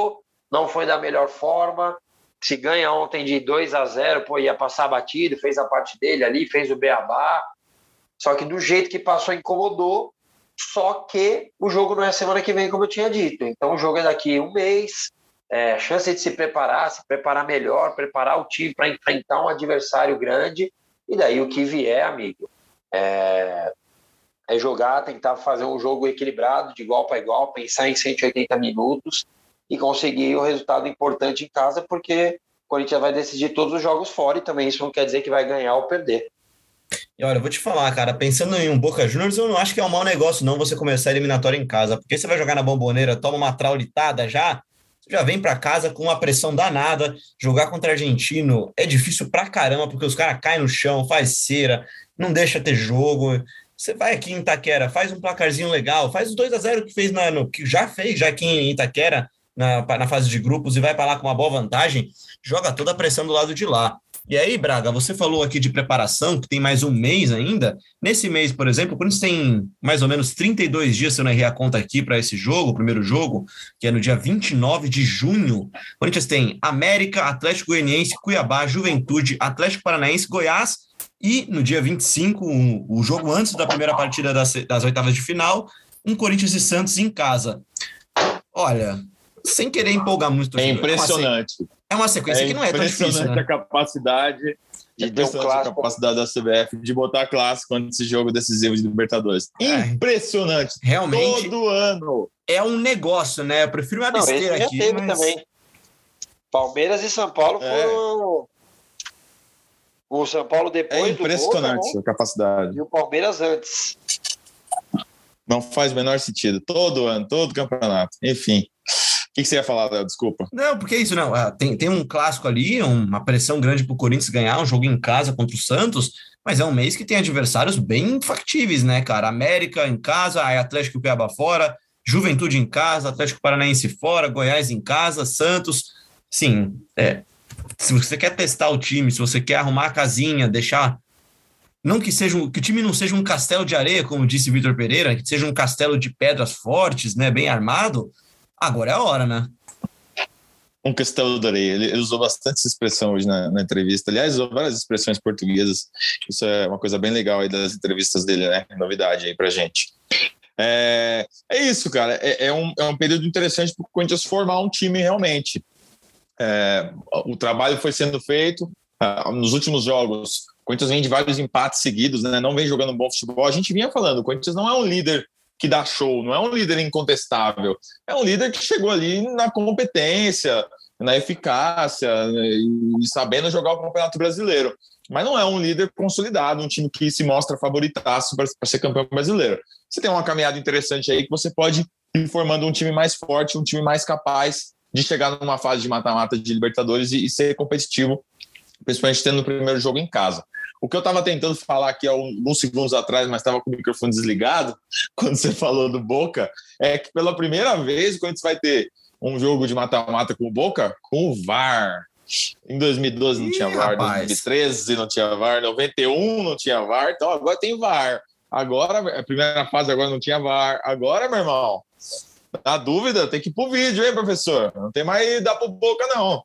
não foi da melhor forma. Se ganha ontem de 2-0, pô, ia passar batido, fez a parte dele ali, fez o beabá. Só que do jeito que passou, incomodou. Só que o jogo não é semana que vem, como eu tinha dito. Então o jogo é daqui um mês. Chance de se preparar melhor, preparar o time para enfrentar um adversário grande. E daí o que vier, amigo, é jogar, tentar fazer um jogo equilibrado, de igual para igual, pensar em 180 minutos e conseguir o resultado importante em casa, porque o Corinthians vai decidir todos os jogos fora e também isso não quer dizer que vai ganhar ou perder.
E olha, eu vou te falar, cara, pensando em um Boca Juniors, eu não acho que é um mau negócio não você começar a eliminatória em casa, porque você vai jogar na Bombonera, toma uma traulitada já, você já vem pra casa com uma pressão danada, jogar contra argentino é difícil pra caramba, porque os caras caem no chão, faz cera, não deixa ter jogo. Você vai aqui em Itaquera, faz um placarzinho legal, faz os 2-0 que fez que já fez já aqui em Itaquera na fase de grupos e vai para lá com uma boa vantagem, joga toda a pressão do lado de lá. E aí, Braga, você falou aqui de preparação, que tem mais um mês ainda. Nesse mês, por exemplo, o Corinthians tem mais ou menos 32 dias, se eu não errei a conta aqui, para esse jogo, o primeiro jogo, que é no dia 29 de junho. O Corinthians tem América, Atlético Goianiense, Cuiabá, Juventude, Atlético Paranaense, Goiás e no dia 25, o jogo antes da primeira partida das oitavas de final, um Corinthians e Santos em casa. Olha, sem querer empolgar muito.
É impressionante.
É uma sequência que não é tão difícil, né?
A capacidade a capacidade da CBF de botar clássico antes desse jogo decisivo de Libertadores. Impressionante.
Realmente.
Todo ano.
É um negócio, né? Eu prefiro uma besteira aqui.
Teve também. Palmeiras e São Paulo foram... O São Paulo depois
impressionante
do Boca,
a capacidade.
E o Palmeiras antes.
Não faz o menor sentido. Todo ano, todo campeonato. Enfim. O que você ia falar, Léo? Desculpa.
Não, porque é isso, não. Tem um clássico ali, uma pressão grande para o Corinthians ganhar um jogo em casa contra o Santos, mas é um mês que tem adversários bem factíveis, né, cara? América em casa, aí Atlético e Cuiabá fora, Juventude em casa, Atlético Paranaense fora, Goiás em casa, Santos. Sim, se você quer testar o time, se você quer arrumar a casinha, deixar... Não que o time não seja um castelo de areia, como disse Vitor Pereira, que seja um castelo de pedras fortes, né, bem armado. Agora é a hora, né?
Um castelo de areia. Ele usou bastante essa expressão hoje na entrevista. Aliás, usou várias expressões portuguesas. Isso é uma coisa bem legal aí das entrevistas dele, né? Novidade aí pra gente. É isso, cara. É um período interessante para o Corinthians formar um time realmente. O trabalho foi sendo feito. Nos últimos jogos, o Corinthians vem de vários empates seguidos, né? Não vem jogando um bom futebol. A gente vinha falando, o Corinthians não é um líder que dá show, não é um líder incontestável, é um líder que chegou ali na competência, na eficácia e sabendo jogar o Campeonato Brasileiro, mas não é um líder consolidado, um time que se mostra favoritaço para ser campeão brasileiro. Você tem uma caminhada interessante aí que você pode ir formando um time mais forte, um time mais capaz de chegar numa fase de mata-mata de Libertadores e ser competitivo, principalmente tendo o primeiro jogo em casa. O que eu estava tentando falar aqui alguns segundos atrás, mas estava com o microfone desligado, quando você falou do Boca, é que pela primeira vez o Corinthians vai ter um jogo de mata-mata com o Boca com o VAR. Em 2012 não tinha VAR, 2013 não tinha VAR, 91 não tinha VAR, então agora tem VAR. Agora, a primeira fase agora não tinha VAR. Agora, meu irmão, na dúvida, tem que ir pro vídeo, hein, professor? Não tem mais dar pro Boca, não.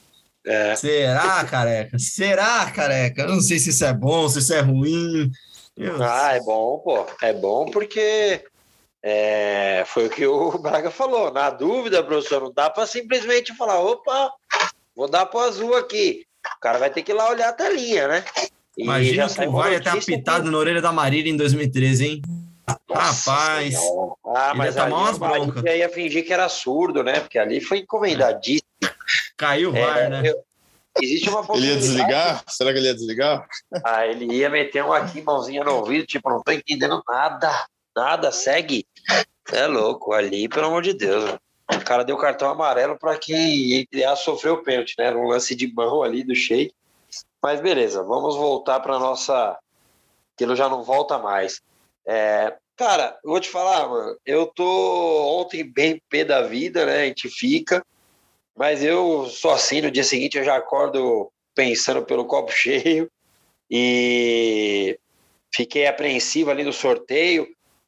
Será, careca? Será, careca? Eu não sei se isso é bom, se isso é ruim.
É bom, pô. É bom porque foi o que o Braga falou. Na dúvida, professor, não dá para simplesmente falar, opa, vou dar pro azul aqui. O cara vai ter que ir lá olhar a telinha, né?
Imagina que o VAR ia ter apitado na orelha da Marília em 2013, hein?
Nossa,
rapaz,
mas
ia tomar umas broncas.
Ia fingir que era surdo, né? Porque ali foi encomendadíssimo.
Caiu o VAR, né?
Existe uma
possibilidade. Ele ia desligar? Será que ele ia desligar?
Ele ia meter mãozinha no ouvido, tipo, não tô entendendo nada, segue. É louco, ali, pelo amor de Deus. O cara deu cartão amarelo para quem ia sofrer o pênalti, né? Um lance de mão ali do Sheik. Mas beleza, vamos voltar para nossa... Aquilo já não volta mais. Cara, eu vou te falar, mano, eu tô ontem bem pé da vida, né? A gente fica... Mas eu sou assim, no dia seguinte eu já acordo pensando pelo copo cheio e fiquei apreensivo ali no sorteio,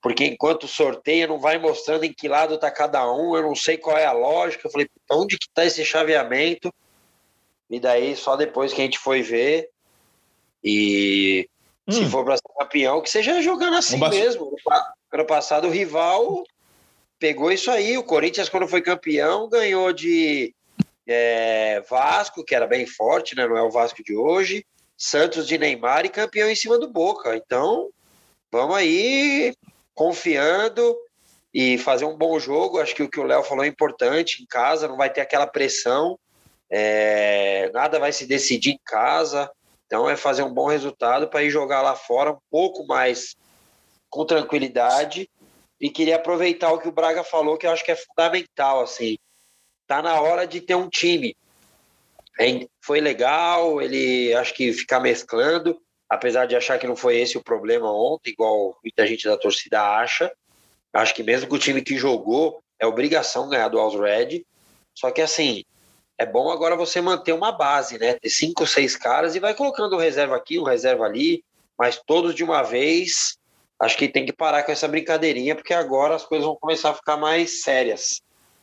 porque enquanto sorteia não vai mostrando em que lado tá cada um, eu não sei qual é a lógica. Eu falei, onde que tá esse chaveamento? E daí só depois que a gente foi ver, e se for para ser campeão, que seja jogando assim mesmo. Ano passado o rival pegou isso aí, o Corinthians quando foi campeão ganhou de Vasco, que era bem forte, né? Não é o Vasco de hoje, Santos de Neymar e campeão em cima do Boca. Então vamos aí confiando e fazer um bom jogo. Acho que o que o Léo falou é importante. Em casa não vai ter aquela pressão, nada vai se decidir em casa, então é fazer um bom resultado para ir jogar lá fora um pouco mais com tranquilidade. E queria aproveitar o que o Braga falou, que eu acho que é fundamental, assim, tá na hora de ter um time. Foi legal ele, acho que ficar mesclando, apesar de achar que não foi esse o problema ontem, igual muita gente da torcida acha. Acho que mesmo com o time que jogou, é obrigação ganhar do Always Red. Só que assim, é bom agora você manter uma base, né? Ter 5, 6 caras e vai colocando um reserva aqui, um reserva ali, mas todos de uma vez. Acho que tem que parar com essa brincadeirinha, porque agora as coisas vão começar a ficar mais sérias.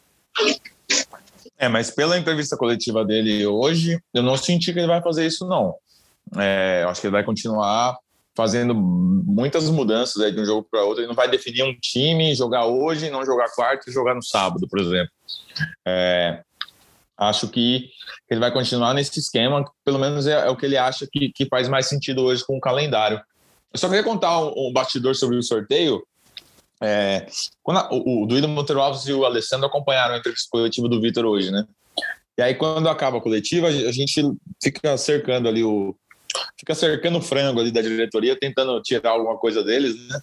Mas pela entrevista coletiva dele hoje, eu não senti que ele vai fazer isso, não. Acho que ele vai continuar fazendo muitas mudanças aí de um jogo para outro. Ele não vai definir um time, jogar hoje, não jogar quarta e jogar no sábado, por exemplo. Acho que ele vai continuar nesse esquema, pelo menos é o que ele acha que faz mais sentido hoje com o calendário. Eu só queria contar um bastidor sobre o sorteio. Quando o Duílio Monteiro Alves e o Alessandro acompanharam a entrevista coletiva do Vitor hoje, né? E aí, quando acaba a coletiva, a gente fica cercando ali fica cercando o frango ali da diretoria, tentando tirar alguma coisa deles, né?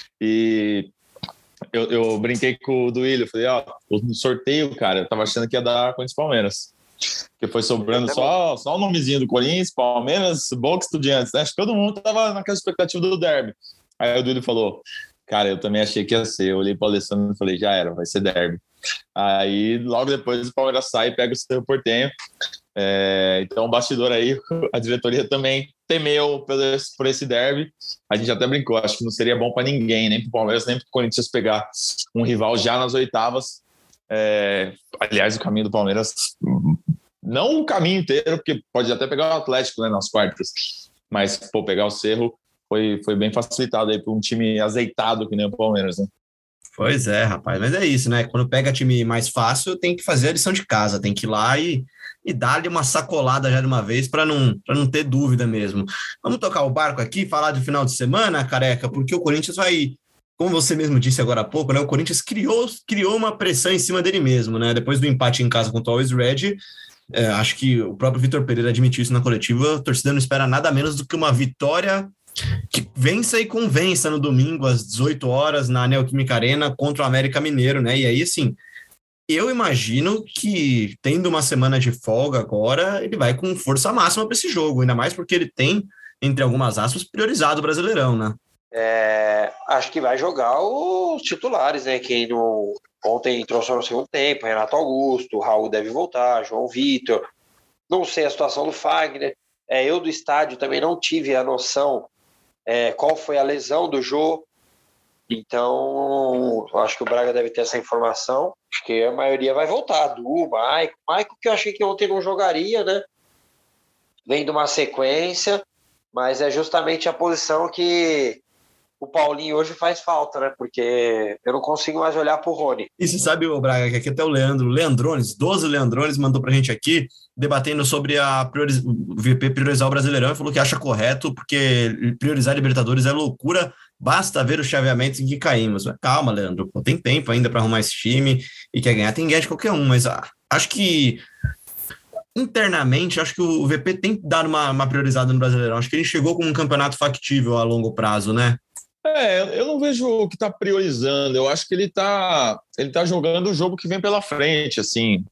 E eu brinquei com o Duílio, falei, no sorteio, cara, eu tava achando que ia dar Corinthians e Palmeiras. Porque foi sobrando só o nomezinho do Corinthians, Palmeiras, Boca, Estudiantes, né? Acho que todo mundo tava naquela expectativa do derby. Aí o Duílio falou, cara, eu também achei que ia ser. Eu olhei pro Alessandro e falei, já era, vai ser derby. Aí, logo depois, o Palmeiras sai e pega o Cerro Porteño. Então, o bastidor aí, a diretoria também temeu por esse derby. A gente até brincou, acho que não seria bom para ninguém, nem pro Palmeiras, nem pro Corinthians pegar um rival já nas oitavas. Aliás, o caminho do Palmeiras, não o caminho inteiro, porque pode até pegar o Atlético, né, nas quartas, mas pegar o Cerro foi bem facilitado aí por um time azeitado que nem o Palmeiras, né?
Pois é, rapaz, mas é isso, né? Quando pega time mais fácil, tem que fazer a lição de casa, tem que ir lá e dar-lhe uma sacolada já de uma vez para não ter dúvida mesmo. Vamos tocar o barco aqui, falar do final de semana, Careca, porque o Corinthians vai, como você mesmo disse agora há pouco, né? O Corinthians criou uma pressão em cima dele mesmo, né? Depois do empate em casa contra o Always Red, acho que o próprio Vitor Pereira admitiu isso na coletiva, a torcida não espera nada menos do que uma vitória que vença e convença no domingo às 18 horas na Neoquímica Arena contra o América Mineiro, né? E aí, assim, eu imagino que tendo uma semana de folga agora, ele vai com força máxima para esse jogo, ainda mais porque ele tem, entre algumas aspas, priorizado o Brasileirão, né?
Acho que vai jogar os titulares, né? Quem ontem trouxe no segundo tempo, Renato Augusto, o Raul deve voltar, João Vitor. Não sei a situação do Fagner. Eu do estádio também não tive a noção qual foi a lesão do Jô. Então, acho que o Braga deve ter essa informação. Acho que a maioria vai voltar. Du, Maico, que eu achei que ontem não jogaria, né? Vem de uma sequência, mas é justamente a posição que o Paulinho hoje faz falta, né? Porque eu não consigo mais olhar pro Rony.
E você sabe, o Braga, que aqui até o Leandrones, 12 Leandrones, mandou pra gente aqui, debatendo sobre o VP priorizar o Brasileirão, e falou que acha correto, porque priorizar Libertadores é loucura, basta ver os chaveamentos em que caímos. Calma, Leandro, tem tempo ainda para arrumar esse time, e quer ganhar, tem que ganhar de qualquer um, mas acho que internamente, acho que o VP tem que dar uma priorizada no Brasileirão. Acho que ele chegou com um campeonato factível a longo prazo, né?
Eu não vejo o que está priorizando. Eu acho que ele tá jogando o jogo que vem pela frente, assim.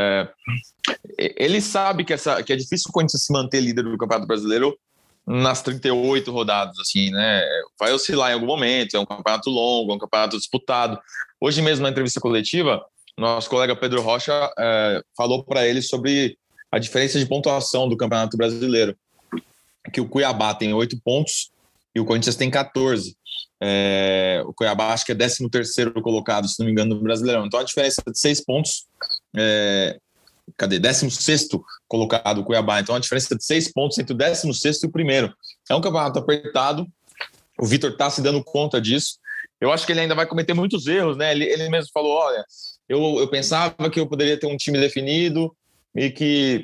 Ele sabe que é difícil o Corinthians se manter líder do Campeonato Brasileiro nas 38 rodadas, assim, né? Vai oscilar em algum momento, é um campeonato longo, é um campeonato disputado. Hoje mesmo, na entrevista coletiva, nosso colega Pedro Rocha falou para ele sobre a diferença de pontuação do Campeonato Brasileiro, que o Cuiabá tem 8 pontos e o Corinthians tem 14. O Cuiabá acho que é 13º colocado, se não me engano, no Brasileirão. Então a diferença é de 6 pontos. 16º colocado o Cuiabá. Então a diferença é de 6 pontos entre o 16º e o primeiro. É um campeonato apertado. O Vitor está se dando conta disso. Eu acho que ele ainda vai cometer muitos erros, né? Ele mesmo falou, olha, eu pensava que eu poderia ter um time definido e que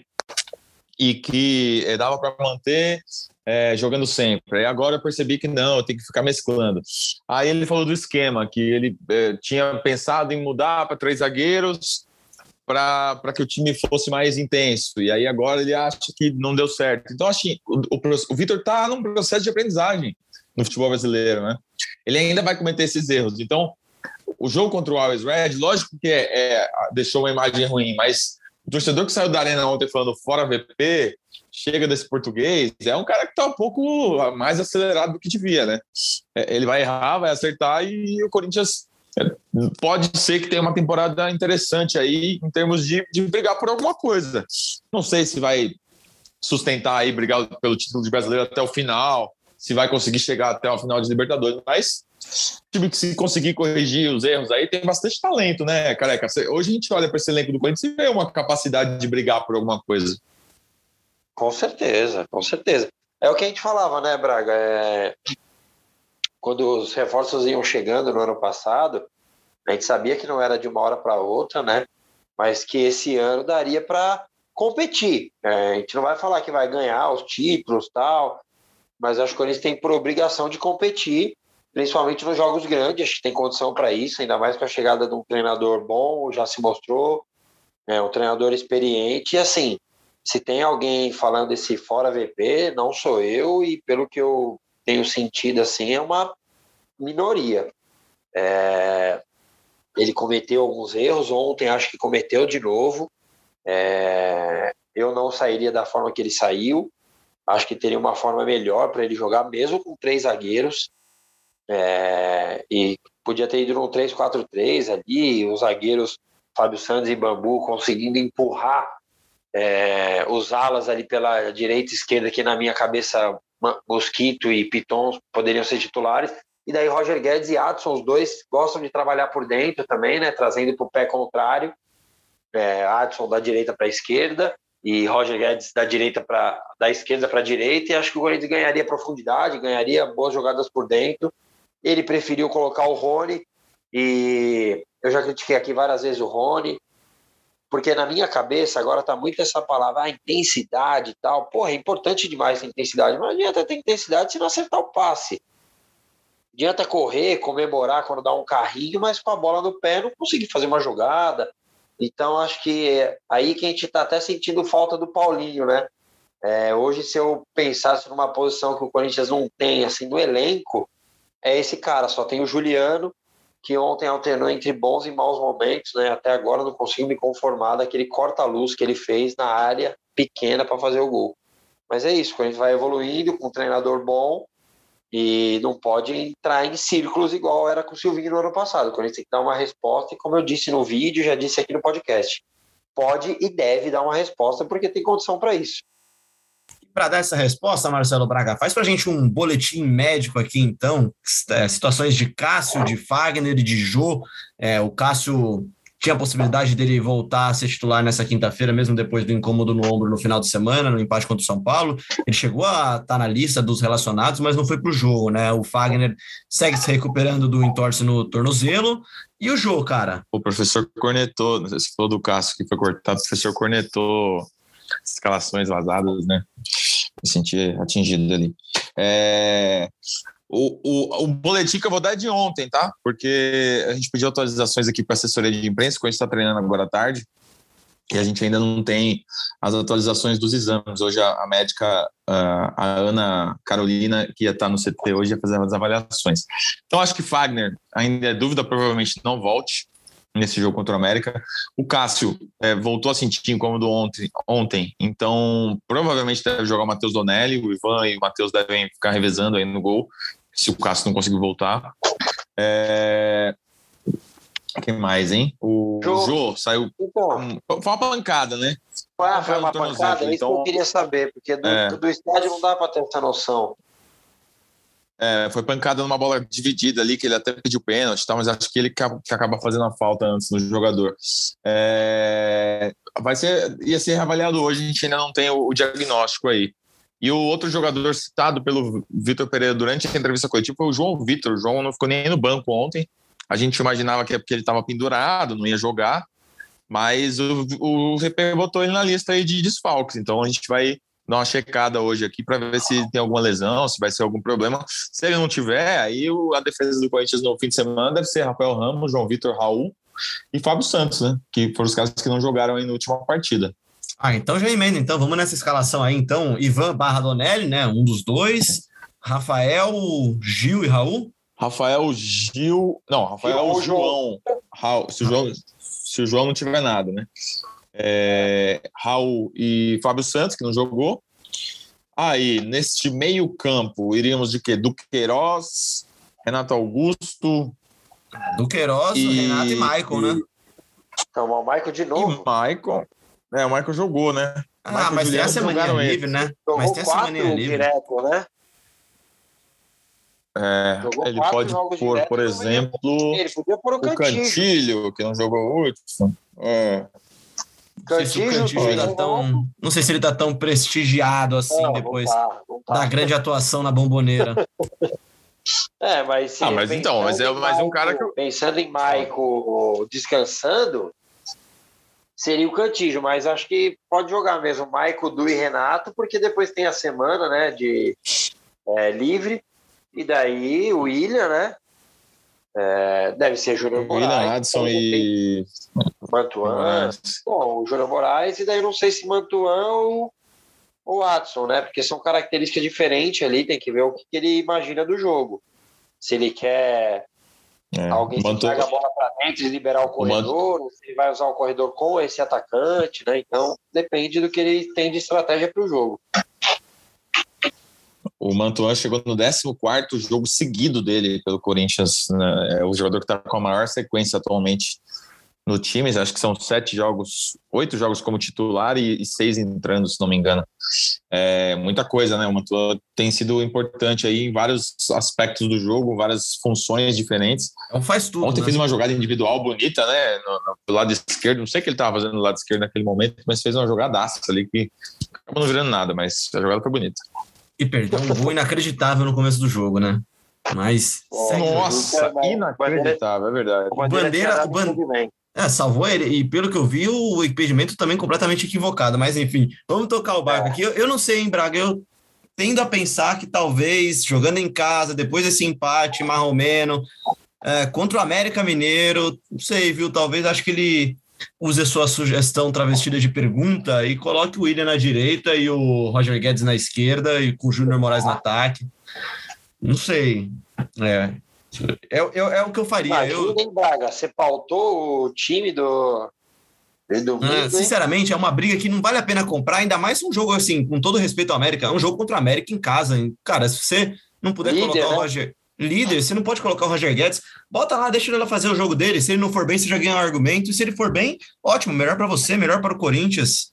dava para manter jogando sempre. Aí agora eu percebi que não, eu tenho que ficar mesclando. Aí ele falou do esquema, que ele tinha pensado em mudar para 3 zagueiros para que o time fosse mais intenso. E aí agora ele acha que não deu certo. Então, acho que o Vitor está num processo de aprendizagem no futebol brasileiro, né? Ele ainda vai cometer esses erros. Então, o jogo contra o Always Red, lógico que deixou uma imagem ruim, mas o torcedor que saiu da arena ontem falando fora VP, chega desse português, é um cara que está um pouco mais acelerado do que devia, né? Ele vai errar, vai acertar e o Corinthians pode ser que tenha uma temporada interessante aí em termos de brigar por alguma coisa. Não sei se vai sustentar aí, brigar pelo título de brasileiro até o final, se vai conseguir chegar até a final de Libertadores, mas o time que se conseguir corrigir os erros aí tem bastante talento, né, Careca? Hoje a gente olha para esse elenco do Corinthians e vê uma capacidade de brigar por alguma coisa.
Com certeza, com certeza. É o que a gente falava, né, Braga? Quando os reforços iam chegando no ano passado, a gente sabia que não era de uma hora para outra, né? Mas que esse ano daria para competir. A gente não vai falar que vai ganhar os títulos e tal, mas acho que o Corinthians tem por obrigação de competir, principalmente nos jogos grandes. Acho que tem condição para isso, ainda mais com a chegada de um treinador bom, já se mostrou, um treinador experiente. E assim, se tem alguém falando esse fora VP, não sou eu, e pelo que eu tenho sentido, assim, é uma minoria. Ele cometeu alguns erros, ontem acho que cometeu de novo. Eu não sairia da forma que ele saiu. Acho que teria uma forma melhor para ele jogar, mesmo com 3 zagueiros. E podia ter ido num 3-4-3 ali, os zagueiros Fábio Santos e Bambu conseguindo empurrar os alas ali pela direita e esquerda, que na minha cabeça Mosquito e Piton poderiam ser titulares. E daí Roger Guedes e Adson, os dois gostam de trabalhar por dentro também, né? Trazendo para o pé contrário. Adson da direita para a esquerda e Roger Guedes da esquerda para a direita, e acho que o Corinthians ganharia profundidade, ganharia boas jogadas por dentro. Ele preferiu colocar o Rony, e eu já critiquei aqui várias vezes o Rony, porque na minha cabeça agora está muito essa palavra, intensidade e tal. Porra, é importante demais a intensidade, mas não adianta ter intensidade se não acertar o passe. Adianta correr, comemorar quando dá um carrinho, mas com a bola no pé não conseguir fazer uma jogada. Então, acho que é aí que a gente está até sentindo falta do Paulinho, né? Hoje, se eu pensasse numa posição que o Corinthians não tem, assim, no elenco, é esse cara. Só tem o Juliano, que ontem alternou entre bons e maus momentos, né? Até agora não consigo me conformar daquele corta-luz que ele fez na área pequena para fazer o gol. Mas é isso, o Corinthians vai evoluindo com um treinador bom, e não pode entrar em círculos igual era com o Silvinho no ano passado. Quando a gente tem que dar uma resposta, e como eu disse no vídeo, já disse aqui no podcast, pode e deve dar uma resposta porque tem condição para isso.
Para dar essa resposta, Marcelo Braga, faz para a gente um boletim médico aqui, então, situações de Cássio, de Fagner e de Jô. O Cássio tinha a possibilidade dele voltar a ser titular nessa quinta-feira, mesmo depois do incômodo no ombro no final de semana, no empate contra o São Paulo. Ele chegou a estar na lista dos relacionados, mas não foi para o jogo, né? O Fagner segue se recuperando do entorse no tornozelo. E o Jô, cara?
O professor cornetou, você falou do Cássio que foi cortado, o professor cornetou escalações vazadas, né? Me senti atingido ali. O boletim que eu vou dar é de ontem, tá? Porque a gente pediu atualizações aqui para a assessoria de imprensa, que a gente está treinando agora à tarde, e a gente ainda não tem as atualizações dos exames. Hoje a médica, a Ana Carolina, que ia estar no CT hoje, ia fazer as avaliações. Então acho que Fagner ainda é dúvida, provavelmente não volte nesse jogo contra o América. O Cássio voltou a sentir incômodo ontem, então provavelmente deve jogar o Matheus Donelli, o Ivan e o Matheus devem ficar revezando aí no gol, se o Cássio não conseguir voltar. Quem mais, hein? O Jô saiu. Foi uma pancada, né?
Foi uma pancada, é isso que eu queria saber, porque do estádio não dá para ter essa noção.
Foi pancada numa bola dividida ali, que ele até pediu pênalti, tá? Mas acho que ele que acaba fazendo a falta antes do jogador. Ia ser reavaliado hoje, a gente ainda não tem o diagnóstico aí. E o outro jogador citado pelo Vitor Pereira durante a entrevista coletiva foi o João Vitor. O João não ficou nem no banco ontem. A gente imaginava que é porque ele estava pendurado, não ia jogar. Mas o VP botou ele na lista aí de desfalques. Então a gente vai dar uma checada hoje aqui para ver se tem alguma lesão, se vai ser algum problema. Se ele não tiver, aí a defesa do Corinthians no fim de semana deve ser Rafael Ramos, João Vitor, Raul e Fábio Santos, né? Que foram os caras que não jogaram aí na última partida.
Então já emenda. Então vamos nessa escalação aí. Então, Ivan / Donelli, né? Um dos dois. Rafael, Gil e Raul.
Rafael, Gil... Não, Rafael, João. Raul, se o João não tiver nada, né? Raul e Fábio Santos, que não jogou. Aí, neste meio campo, iríamos de quê? Duqueiroz, Renato Augusto...
Duqueiroz, Renato e Maicon, né?
Então, o Maicon de novo.
E Maicon... o Maicon jogou, né?
Mas tem a semaninha livre, né?
Jogou 4 direto, né?
Ele pode pôr, por exemplo,
ele podia pôr o
Cantilho, que não jogou o último.
Não sei se ele tá tão prestigiado assim depois da grande atuação na Bomboneira.
Mas
mas um cara que...
Pensando em Maicon descansando, seria o Cantillo, mas acho que pode jogar mesmo Maicon, Du e Renato, porque depois tem a semana, né, de livre. E daí o William, né? Deve ser Júnior Moraes.
William, Adson e
Mantuan. Bom, o Júnior Moraes, e daí eu não sei se Mantuan ou Adson, né? Porque são características diferentes ali, tem que ver o que ele imagina do jogo. Se ele quer alguém que traga a bola para dentro e liberar o corredor, ou se ele vai usar o corredor com esse atacante, né? Então, depende do que ele tem de estratégia para o jogo.
O Mantuan chegou no 14º jogo seguido dele pelo Corinthians, né? É o jogador que está com a maior sequência atualmente no time. Acho que são 8 jogos como titular e 6 entrando, se não me engano. Muita coisa, né? O Mantuan tem sido importante aí em vários aspectos do jogo, várias funções diferentes.
Faz tudo.
Ontem fez uma jogada individual bonita, né? Do lado esquerdo. Não sei o que ele estava fazendo do lado esquerdo naquele momento, mas fez uma jogadaça ali que acabou não virando nada, mas a jogada foi bonita.
E perdeu um gol inacreditável no começo do jogo, né? Mas...
Nossa, inacreditável, é verdade.
O Bandeira salvou ele, e pelo que eu vi, o impedimento também completamente equivocado. Mas, enfim, vamos tocar o barco aqui. Eu não sei, hein, Braga? Eu tendo a pensar que talvez, jogando em casa, depois desse empate marromeno, contra o América Mineiro, não sei, viu? Talvez, acho que ele... use a sua sugestão travestida de pergunta e coloque o William na direita e o Roger Guedes na esquerda e com o Júnior Moraes no ataque. Não sei. É o que eu faria.
Braga, você pautou o time do domingo,
sinceramente, é uma briga que não vale a pena comprar, ainda mais um jogo assim, com todo respeito ao América, é um jogo contra o América em casa. Hein? Cara, se você não puder colocar o Roger... Líder, você não pode colocar o Roger Guedes, bota lá, deixa ele fazer o jogo dele. Se ele não for bem, você já ganha um argumento, e se ele for bem, ótimo, melhor para você, melhor para o Corinthians.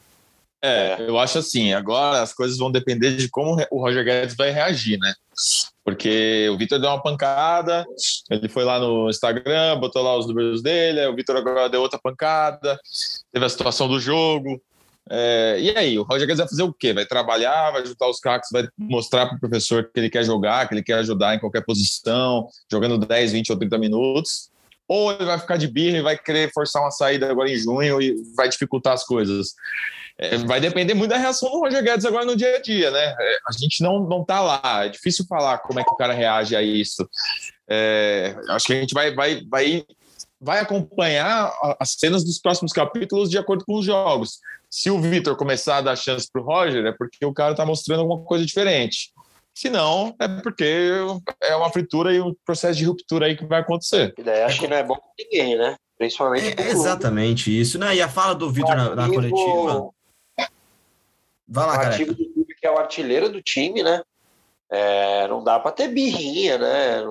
Eu acho assim, agora as coisas vão depender de como o Roger Guedes vai reagir, né? Porque o Vitor deu uma pancada, ele foi lá no Instagram, botou lá os números dele, o Vitor agora deu outra pancada, teve a situação do jogo. E aí, o Roger Guedes vai fazer o quê? Vai trabalhar, vai juntar os craques, vai mostrar para o professor que ele quer jogar, que ele quer ajudar em qualquer posição, jogando 10, 20 ou 30 minutos, ou ele vai ficar de birra e vai querer forçar uma saída agora em junho e vai dificultar as coisas. Vai depender muito da reação do Roger Guedes agora no dia a dia, né? A gente não tá lá, é difícil falar como é que o cara reage a isso. Acho que a gente vai acompanhar as cenas dos próximos capítulos de acordo com os jogos. Se o Vitor começar a dar chance para o Roger, é porque o cara está mostrando alguma coisa diferente. Se não, é porque é uma fritura e um processo de ruptura aí que vai acontecer.
E daí acho que não é bom para ninguém, né? Principalmente
É exatamente isso, né? E a fala do Vitor na coletiva... Vai lá, cara. O ativo
do clube, que é o artilheiro do time, né? Não dá para ter birrinha, né?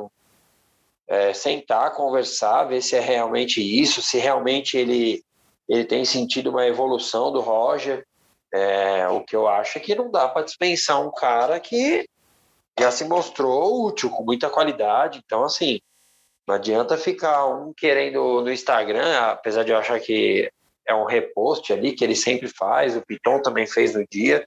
Sentar, conversar, ver se é realmente isso, se realmente ele tem sentido uma evolução do Roger. O que eu acho é que não dá para dispensar um cara que já se mostrou útil, com muita qualidade. Então, assim, não adianta ficar um querendo no Instagram, apesar de eu achar que é um repost ali, que ele sempre faz, o Piton também fez no dia,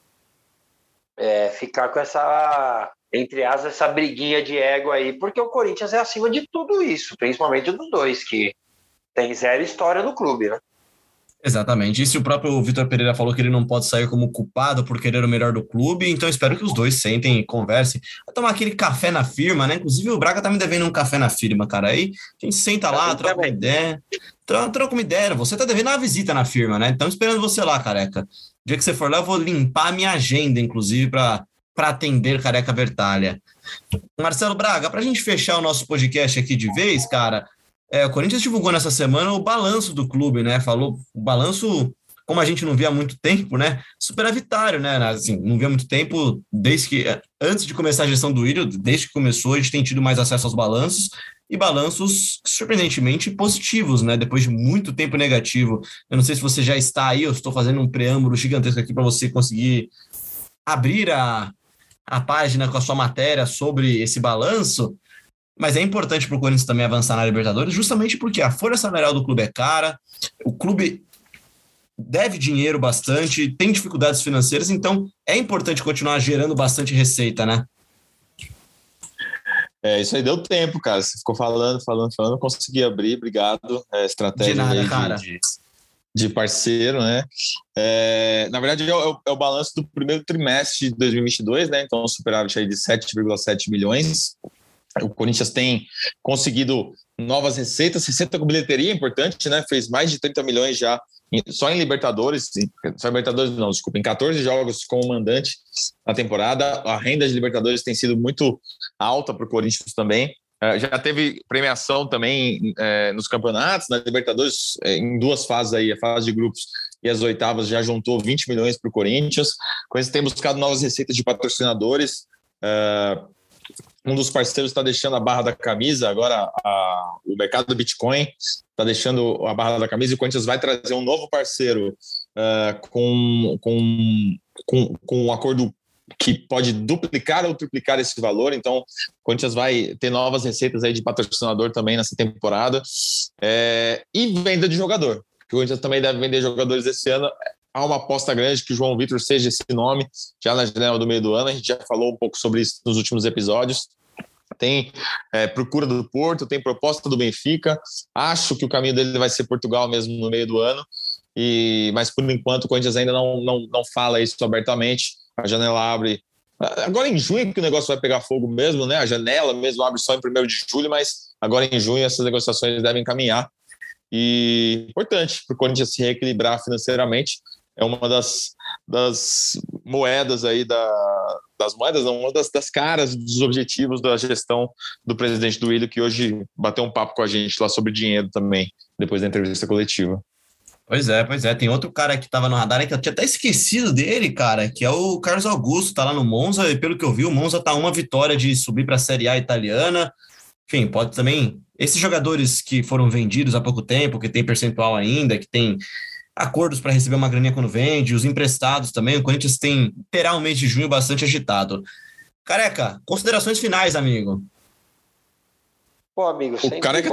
ficar com essa, entre aspas, essa briguinha de ego aí, porque o Corinthians é acima de tudo isso, principalmente dos dois, que tem zero história no clube, né?
Exatamente. E se o próprio Vitor Pereira falou que ele não pode sair como culpado por querer o melhor do clube, então espero que os dois sentem e conversem. Vai tomar aquele café na firma, né? Inclusive o Braga tá me devendo um café na firma, cara. Aí a gente senta lá, troca uma ideia. Troca uma ideia. Você tá devendo uma visita na firma, né? Estamos esperando você lá, careca. O dia que você for lá, eu vou limpar a minha agenda, inclusive, para atender Careca Bertalha. Marcelo Braga, pra gente fechar o nosso podcast aqui de vez, cara, o Corinthians divulgou nessa semana o balanço do clube, né? Falou o balanço, como a gente não via há muito tempo, né? Superavitário, né? Assim, não via há muito tempo, desde que, antes de começar a gestão do Írio, desde que começou, a gente tem tido mais acesso aos balanços, e balanços surpreendentemente positivos, né? Depois de muito tempo negativo. Eu não sei se você já está aí, eu estou fazendo um preâmbulo gigantesco aqui para você conseguir abrir a página com a sua matéria sobre esse balanço. Mas é importante para o Corinthians também avançar na Libertadores, justamente porque a folha salarial do clube é cara, o clube deve dinheiro bastante, tem dificuldades financeiras, então é importante continuar gerando bastante receita, né?
Isso aí deu tempo, cara. Você ficou falando, consegui abrir, obrigado. Estratégia
de nada,
aí
cara.
De parceiro, né? Na verdade, é o balanço do primeiro trimestre de 2022, né? Então, superávit aí de 7,7 milhões. O Corinthians tem conseguido novas receitas, receita com bilheteria é importante, né? Fez mais de 30 milhões já só em Libertadores, em 14 jogos como mandante na temporada. A renda de Libertadores tem sido muito alta para o Corinthians também. Já teve premiação também nos campeonatos, na Libertadores, em duas fases aí, a fase de grupos e as oitavas já juntou 20 milhões para o Corinthians. O Corinthians tem buscado novas receitas de patrocinadores. Um dos parceiros está deixando a barra da camisa, agora o mercado do Bitcoin está deixando a barra da camisa, e o Corinthians vai trazer um novo parceiro com um acordo que pode duplicar ou triplicar esse valor. Então o Corinthians vai ter novas receitas aí de patrocinador também nessa temporada, e venda de jogador, o Corinthians também deve vender jogadores esse ano. Há uma aposta grande que o João Vitor seja esse nome já na janela do meio do ano. A gente já falou um pouco sobre isso nos últimos episódios. Tem procura do Porto, tem proposta do Benfica. Acho que o caminho dele vai ser Portugal mesmo no meio do ano. Mas por enquanto o Corinthians ainda não fala isso abertamente. A janela abre agora em junho, que o negócio vai pegar fogo mesmo, né? A janela mesmo abre só em 1º de julho, mas agora em junho essas negociações devem caminhar. E importante para o Corinthians se reequilibrar financeiramente. É uma das moedas aí, uma das caras dos objetivos da gestão do presidente do Írio, que hoje bateu um papo com a gente lá sobre dinheiro também, depois da entrevista coletiva.
Pois é. Tem outro cara que estava no radar, que eu tinha até esquecido dele, cara, que é o Carlos Augusto, tá lá no Monza, e pelo que eu vi, o Monza tá uma vitória de subir para a Série A italiana. Enfim, pode também... Esses jogadores que foram vendidos há pouco tempo, que tem percentual ainda, que tem acordos para receber uma graninha quando vende, os emprestados também, o Corinthians terá um mês de junho bastante agitado. Careca, considerações finais, amigo.
Pô, amigo,
o Careca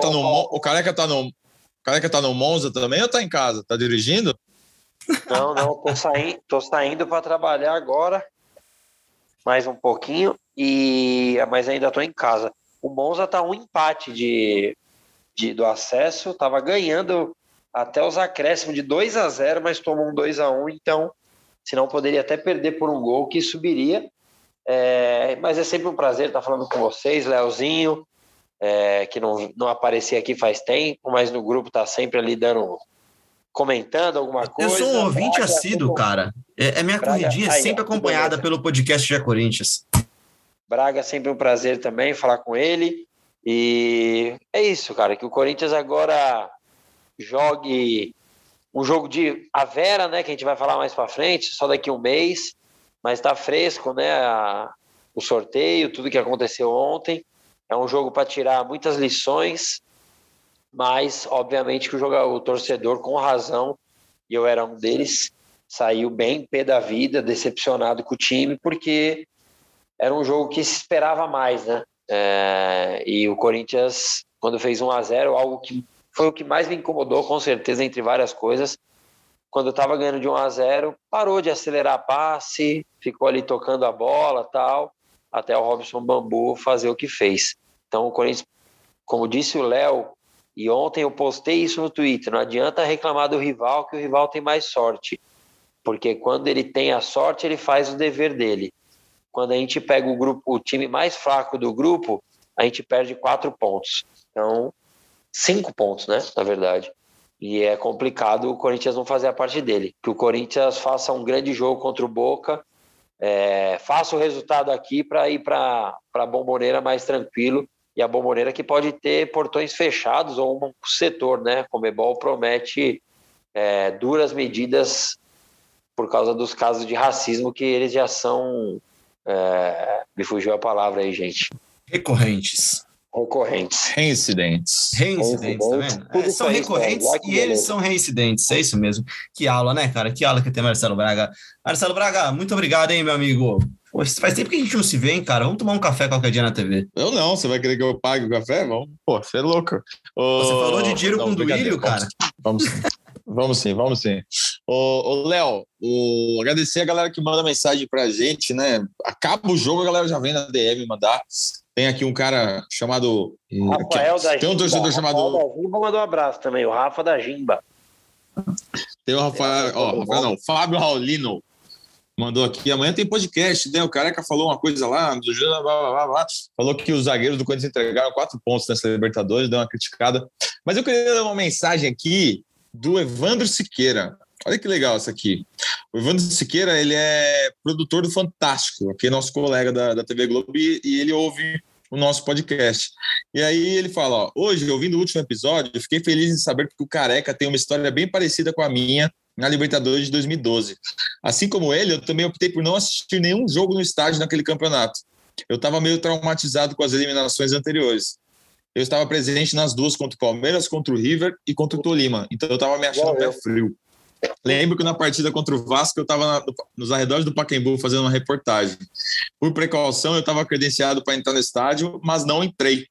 tá no Monza também ou tá em casa? Tá dirigindo?
Não, tô saindo para trabalhar agora, mais um pouquinho, mas ainda tô em casa. O Monza tá um empate do acesso, tava ganhando até os acréscimos de 2-0, mas tomou um 2-1, então, senão poderia até perder por um gol que subiria. Mas é sempre um prazer estar falando com vocês, Leozinho, que não aparecia aqui faz tempo, mas no grupo tá sempre ali comentando alguma coisa.
Eu sou um ouvinte assíduo, cara. Minha corridinha é sempre acompanhada pelo podcast GE Corinthians.
Braga, sempre um prazer também falar com ele. E é isso, cara, que o Corinthians agora jogue um jogo de a Vera, né, que a gente vai falar mais para frente, só daqui um mês, mas tá fresco, né, o sorteio, tudo que aconteceu ontem. É um jogo para tirar muitas lições, mas obviamente que o torcedor, com razão, e eu era um deles, saiu bem pé da vida, decepcionado com o time, porque era um jogo que se esperava mais, né? E o Corinthians, quando fez 1-0, algo que foi o que mais me incomodou, com certeza, entre várias coisas. Quando eu estava ganhando de 1-0, parou de acelerar passe, ficou ali tocando a bola e tal, até o Robson Bambu fazer o que fez. Então o Corinthians, como disse o Léo, e ontem eu postei isso no Twitter, não adianta reclamar do rival, que o rival tem mais sorte. Porque quando ele tem a sorte, ele faz o dever dele. Quando a gente pega o time mais fraco do grupo, a gente perde 4 pontos. Então, 5 pontos, né, na verdade. E é complicado o Corinthians não fazer a parte dele. Que o Corinthians faça um grande jogo contra o Boca, faça o resultado aqui para ir para a Bombonera mais tranquilo. E a Bombonera que pode ter portões fechados ou um setor, né? A Conmebol promete duras medidas por causa dos casos de racismo que eles já são... me fugiu a palavra aí, gente.
Recorrentes,
Reincidentes,
tá vendo? São recorrentes e eles são reincidentes, é isso mesmo. Que aula, né, cara? Que aula que tem Marcelo Braga. Marcelo Braga, muito obrigado, hein, meu amigo. Pô, faz tempo que a gente não se vê, hein, cara? Vamos tomar um café qualquer dia na TV.
Eu não, você vai querer que eu pague o café? Vamos, pô, você é louco.
Você falou de dinheiro com o Duílio, cara?
Vamos sim. Ô, Léo, agradecer a galera que manda mensagem pra gente, né? Acaba o jogo, a galera já vem na DM mandar. Tem aqui um cara chamado...
Rafael da Gimba.
Tem um torcedor chamado...
Rafael da Gimba mandou um abraço também, o Rafa da Gimba.
Tem o Fábio Raulino mandou aqui, amanhã tem podcast, né? O Careca falou uma coisa lá, falou que os zagueiros do Corinthians entregaram 4 pontos nessa Libertadores, deu uma criticada. Mas eu queria dar uma mensagem aqui do Evandro Siqueira. Olha que legal isso aqui. O Evandro Siqueira, ele é produtor do Fantástico, aqui é nosso colega da TV Globo, e ele ouve o nosso podcast. E aí ele fala, ó, hoje, ouvindo o último episódio, eu fiquei feliz em saber que o Careca tem uma história bem parecida com a minha na Libertadores de 2012. Assim como ele, eu também optei por não assistir nenhum jogo no estádio naquele campeonato. Eu estava meio traumatizado com as eliminações anteriores. Eu estava presente nas duas, contra o Palmeiras, contra o River e contra o Tolima. Então eu estava me achando pé frio. Lembro que na partida contra o Vasco eu estava nos arredores do Pacaembu fazendo uma reportagem. Por precaução, eu estava credenciado para entrar no estádio, mas não entrei.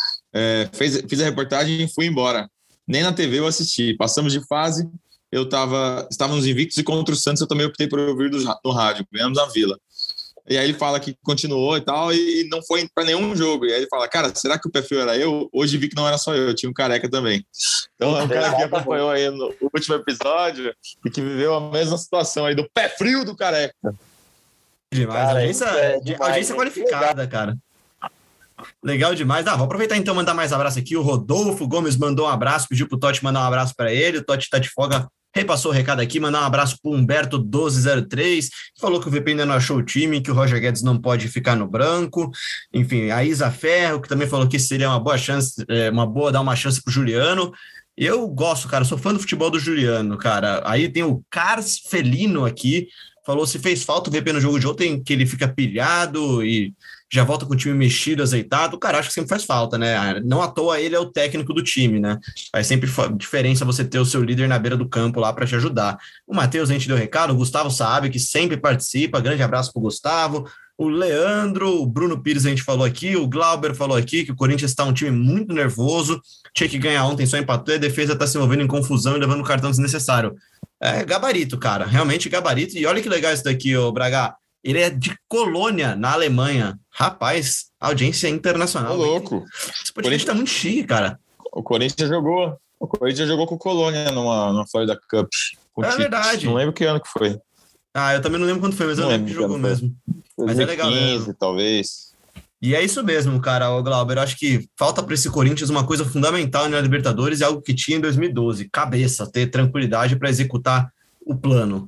Fiz a reportagem e fui embora. Nem na TV eu assisti. Passamos de fase, estávamos invictos e contra o Santos eu também optei por ouvir no rádio. Ganhamos a Vila. E aí ele fala que continuou e tal, e não foi para nenhum jogo. E aí ele fala, cara, será que o pé frio era eu? Hoje vi que não era só eu, tinha um Careca também. Então é um cara que acompanhou aí no último episódio e que viveu a mesma situação aí do pé frio do Careca.
Demais, cara, audiência qualificada, cara. Legal demais. Vou aproveitar então e mandar mais abraço aqui. O Rodolfo Gomes mandou um abraço, pediu pro Totti mandar um abraço para ele. O Totti tá de folga, repassou o recado aqui, mandar um abraço pro Humberto1203, que falou que o VP ainda não achou o time, que o Roger Guedes não pode ficar no branco. Enfim, a Isa Ferro, que também falou que seria uma boa chance, dar uma chance pro Juliano. Eu gosto, cara, sou fã do futebol do Juliano, cara. Aí tem o Cars Felino aqui, falou se fez falta o VP no jogo de ontem, que ele fica pilhado e já volta com o time mexido, azeitado. Cara, acho que sempre faz falta, né? Não à toa ele é o técnico do time, né? Faz sempre diferença você ter o seu líder na beira do campo lá para te ajudar. O Matheus, a gente deu recado, o Gustavo Sabe, que sempre participa, grande abraço pro Gustavo. O Leandro, o Bruno Pires a gente falou aqui, o Glauber falou aqui que o Corinthians está um time muito nervoso, tinha que ganhar ontem, só empatou, e a defesa está se envolvendo em confusão e levando um cartão desnecessário. É gabarito, cara, realmente gabarito. E olha que legal isso daqui, ô Braga. Ele é de Colônia, na Alemanha. Rapaz, audiência internacional.
Louco.
Esse podcast tá muito chique, cara.
O Corinthians jogou com o Colônia numa Florida Cup.
Verdade.
Não lembro que ano que foi.
Eu também não lembro quando foi, mas eu lembro que jogou mesmo.
2015,
mas é legal mesmo.
Talvez.
E é isso mesmo, cara, o Glauber. Eu acho que falta para esse Corinthians uma coisa fundamental na Libertadores, é algo que tinha em 2012. Cabeça, ter tranquilidade para executar o plano.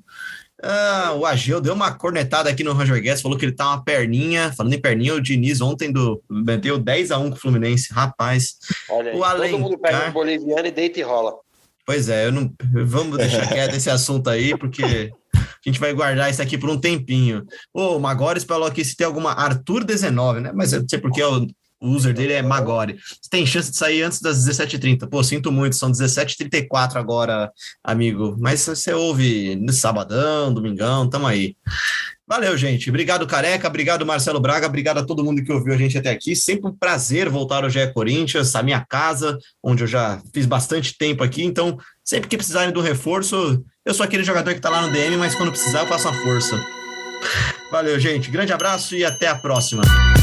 O Ageu deu uma cornetada aqui no Roger Guedes, falou que ele tá uma perninha. Falando em perninha, o Diniz ontem meteu 10-1 com o Fluminense. Rapaz.
Olha aí, todo mundo pega um boliviano e deita e rola.
Pois é, vamos deixar quieto esse assunto aí, porque a gente vai guardar isso aqui por um tempinho. O Magores falou aqui se tem alguma Arthur19, né? Mas eu não sei porque o user dele é Magori. Tem chance de sair antes das 17h30. Pô, sinto muito, são 17h34 agora, amigo. Mas você ouve no sabadão, domingão, tamo aí. Valeu, gente. Obrigado, Careca. Obrigado, Marcelo Braga. Obrigado a todo mundo que ouviu a gente até aqui. Sempre um prazer voltar ao GE Corinthians, a minha casa, onde eu já fiz bastante tempo aqui. Então, sempre que precisarem de um reforço, eu sou aquele jogador que tá lá no DM, mas quando precisar eu faço uma força. Valeu, gente. Grande abraço e até a próxima.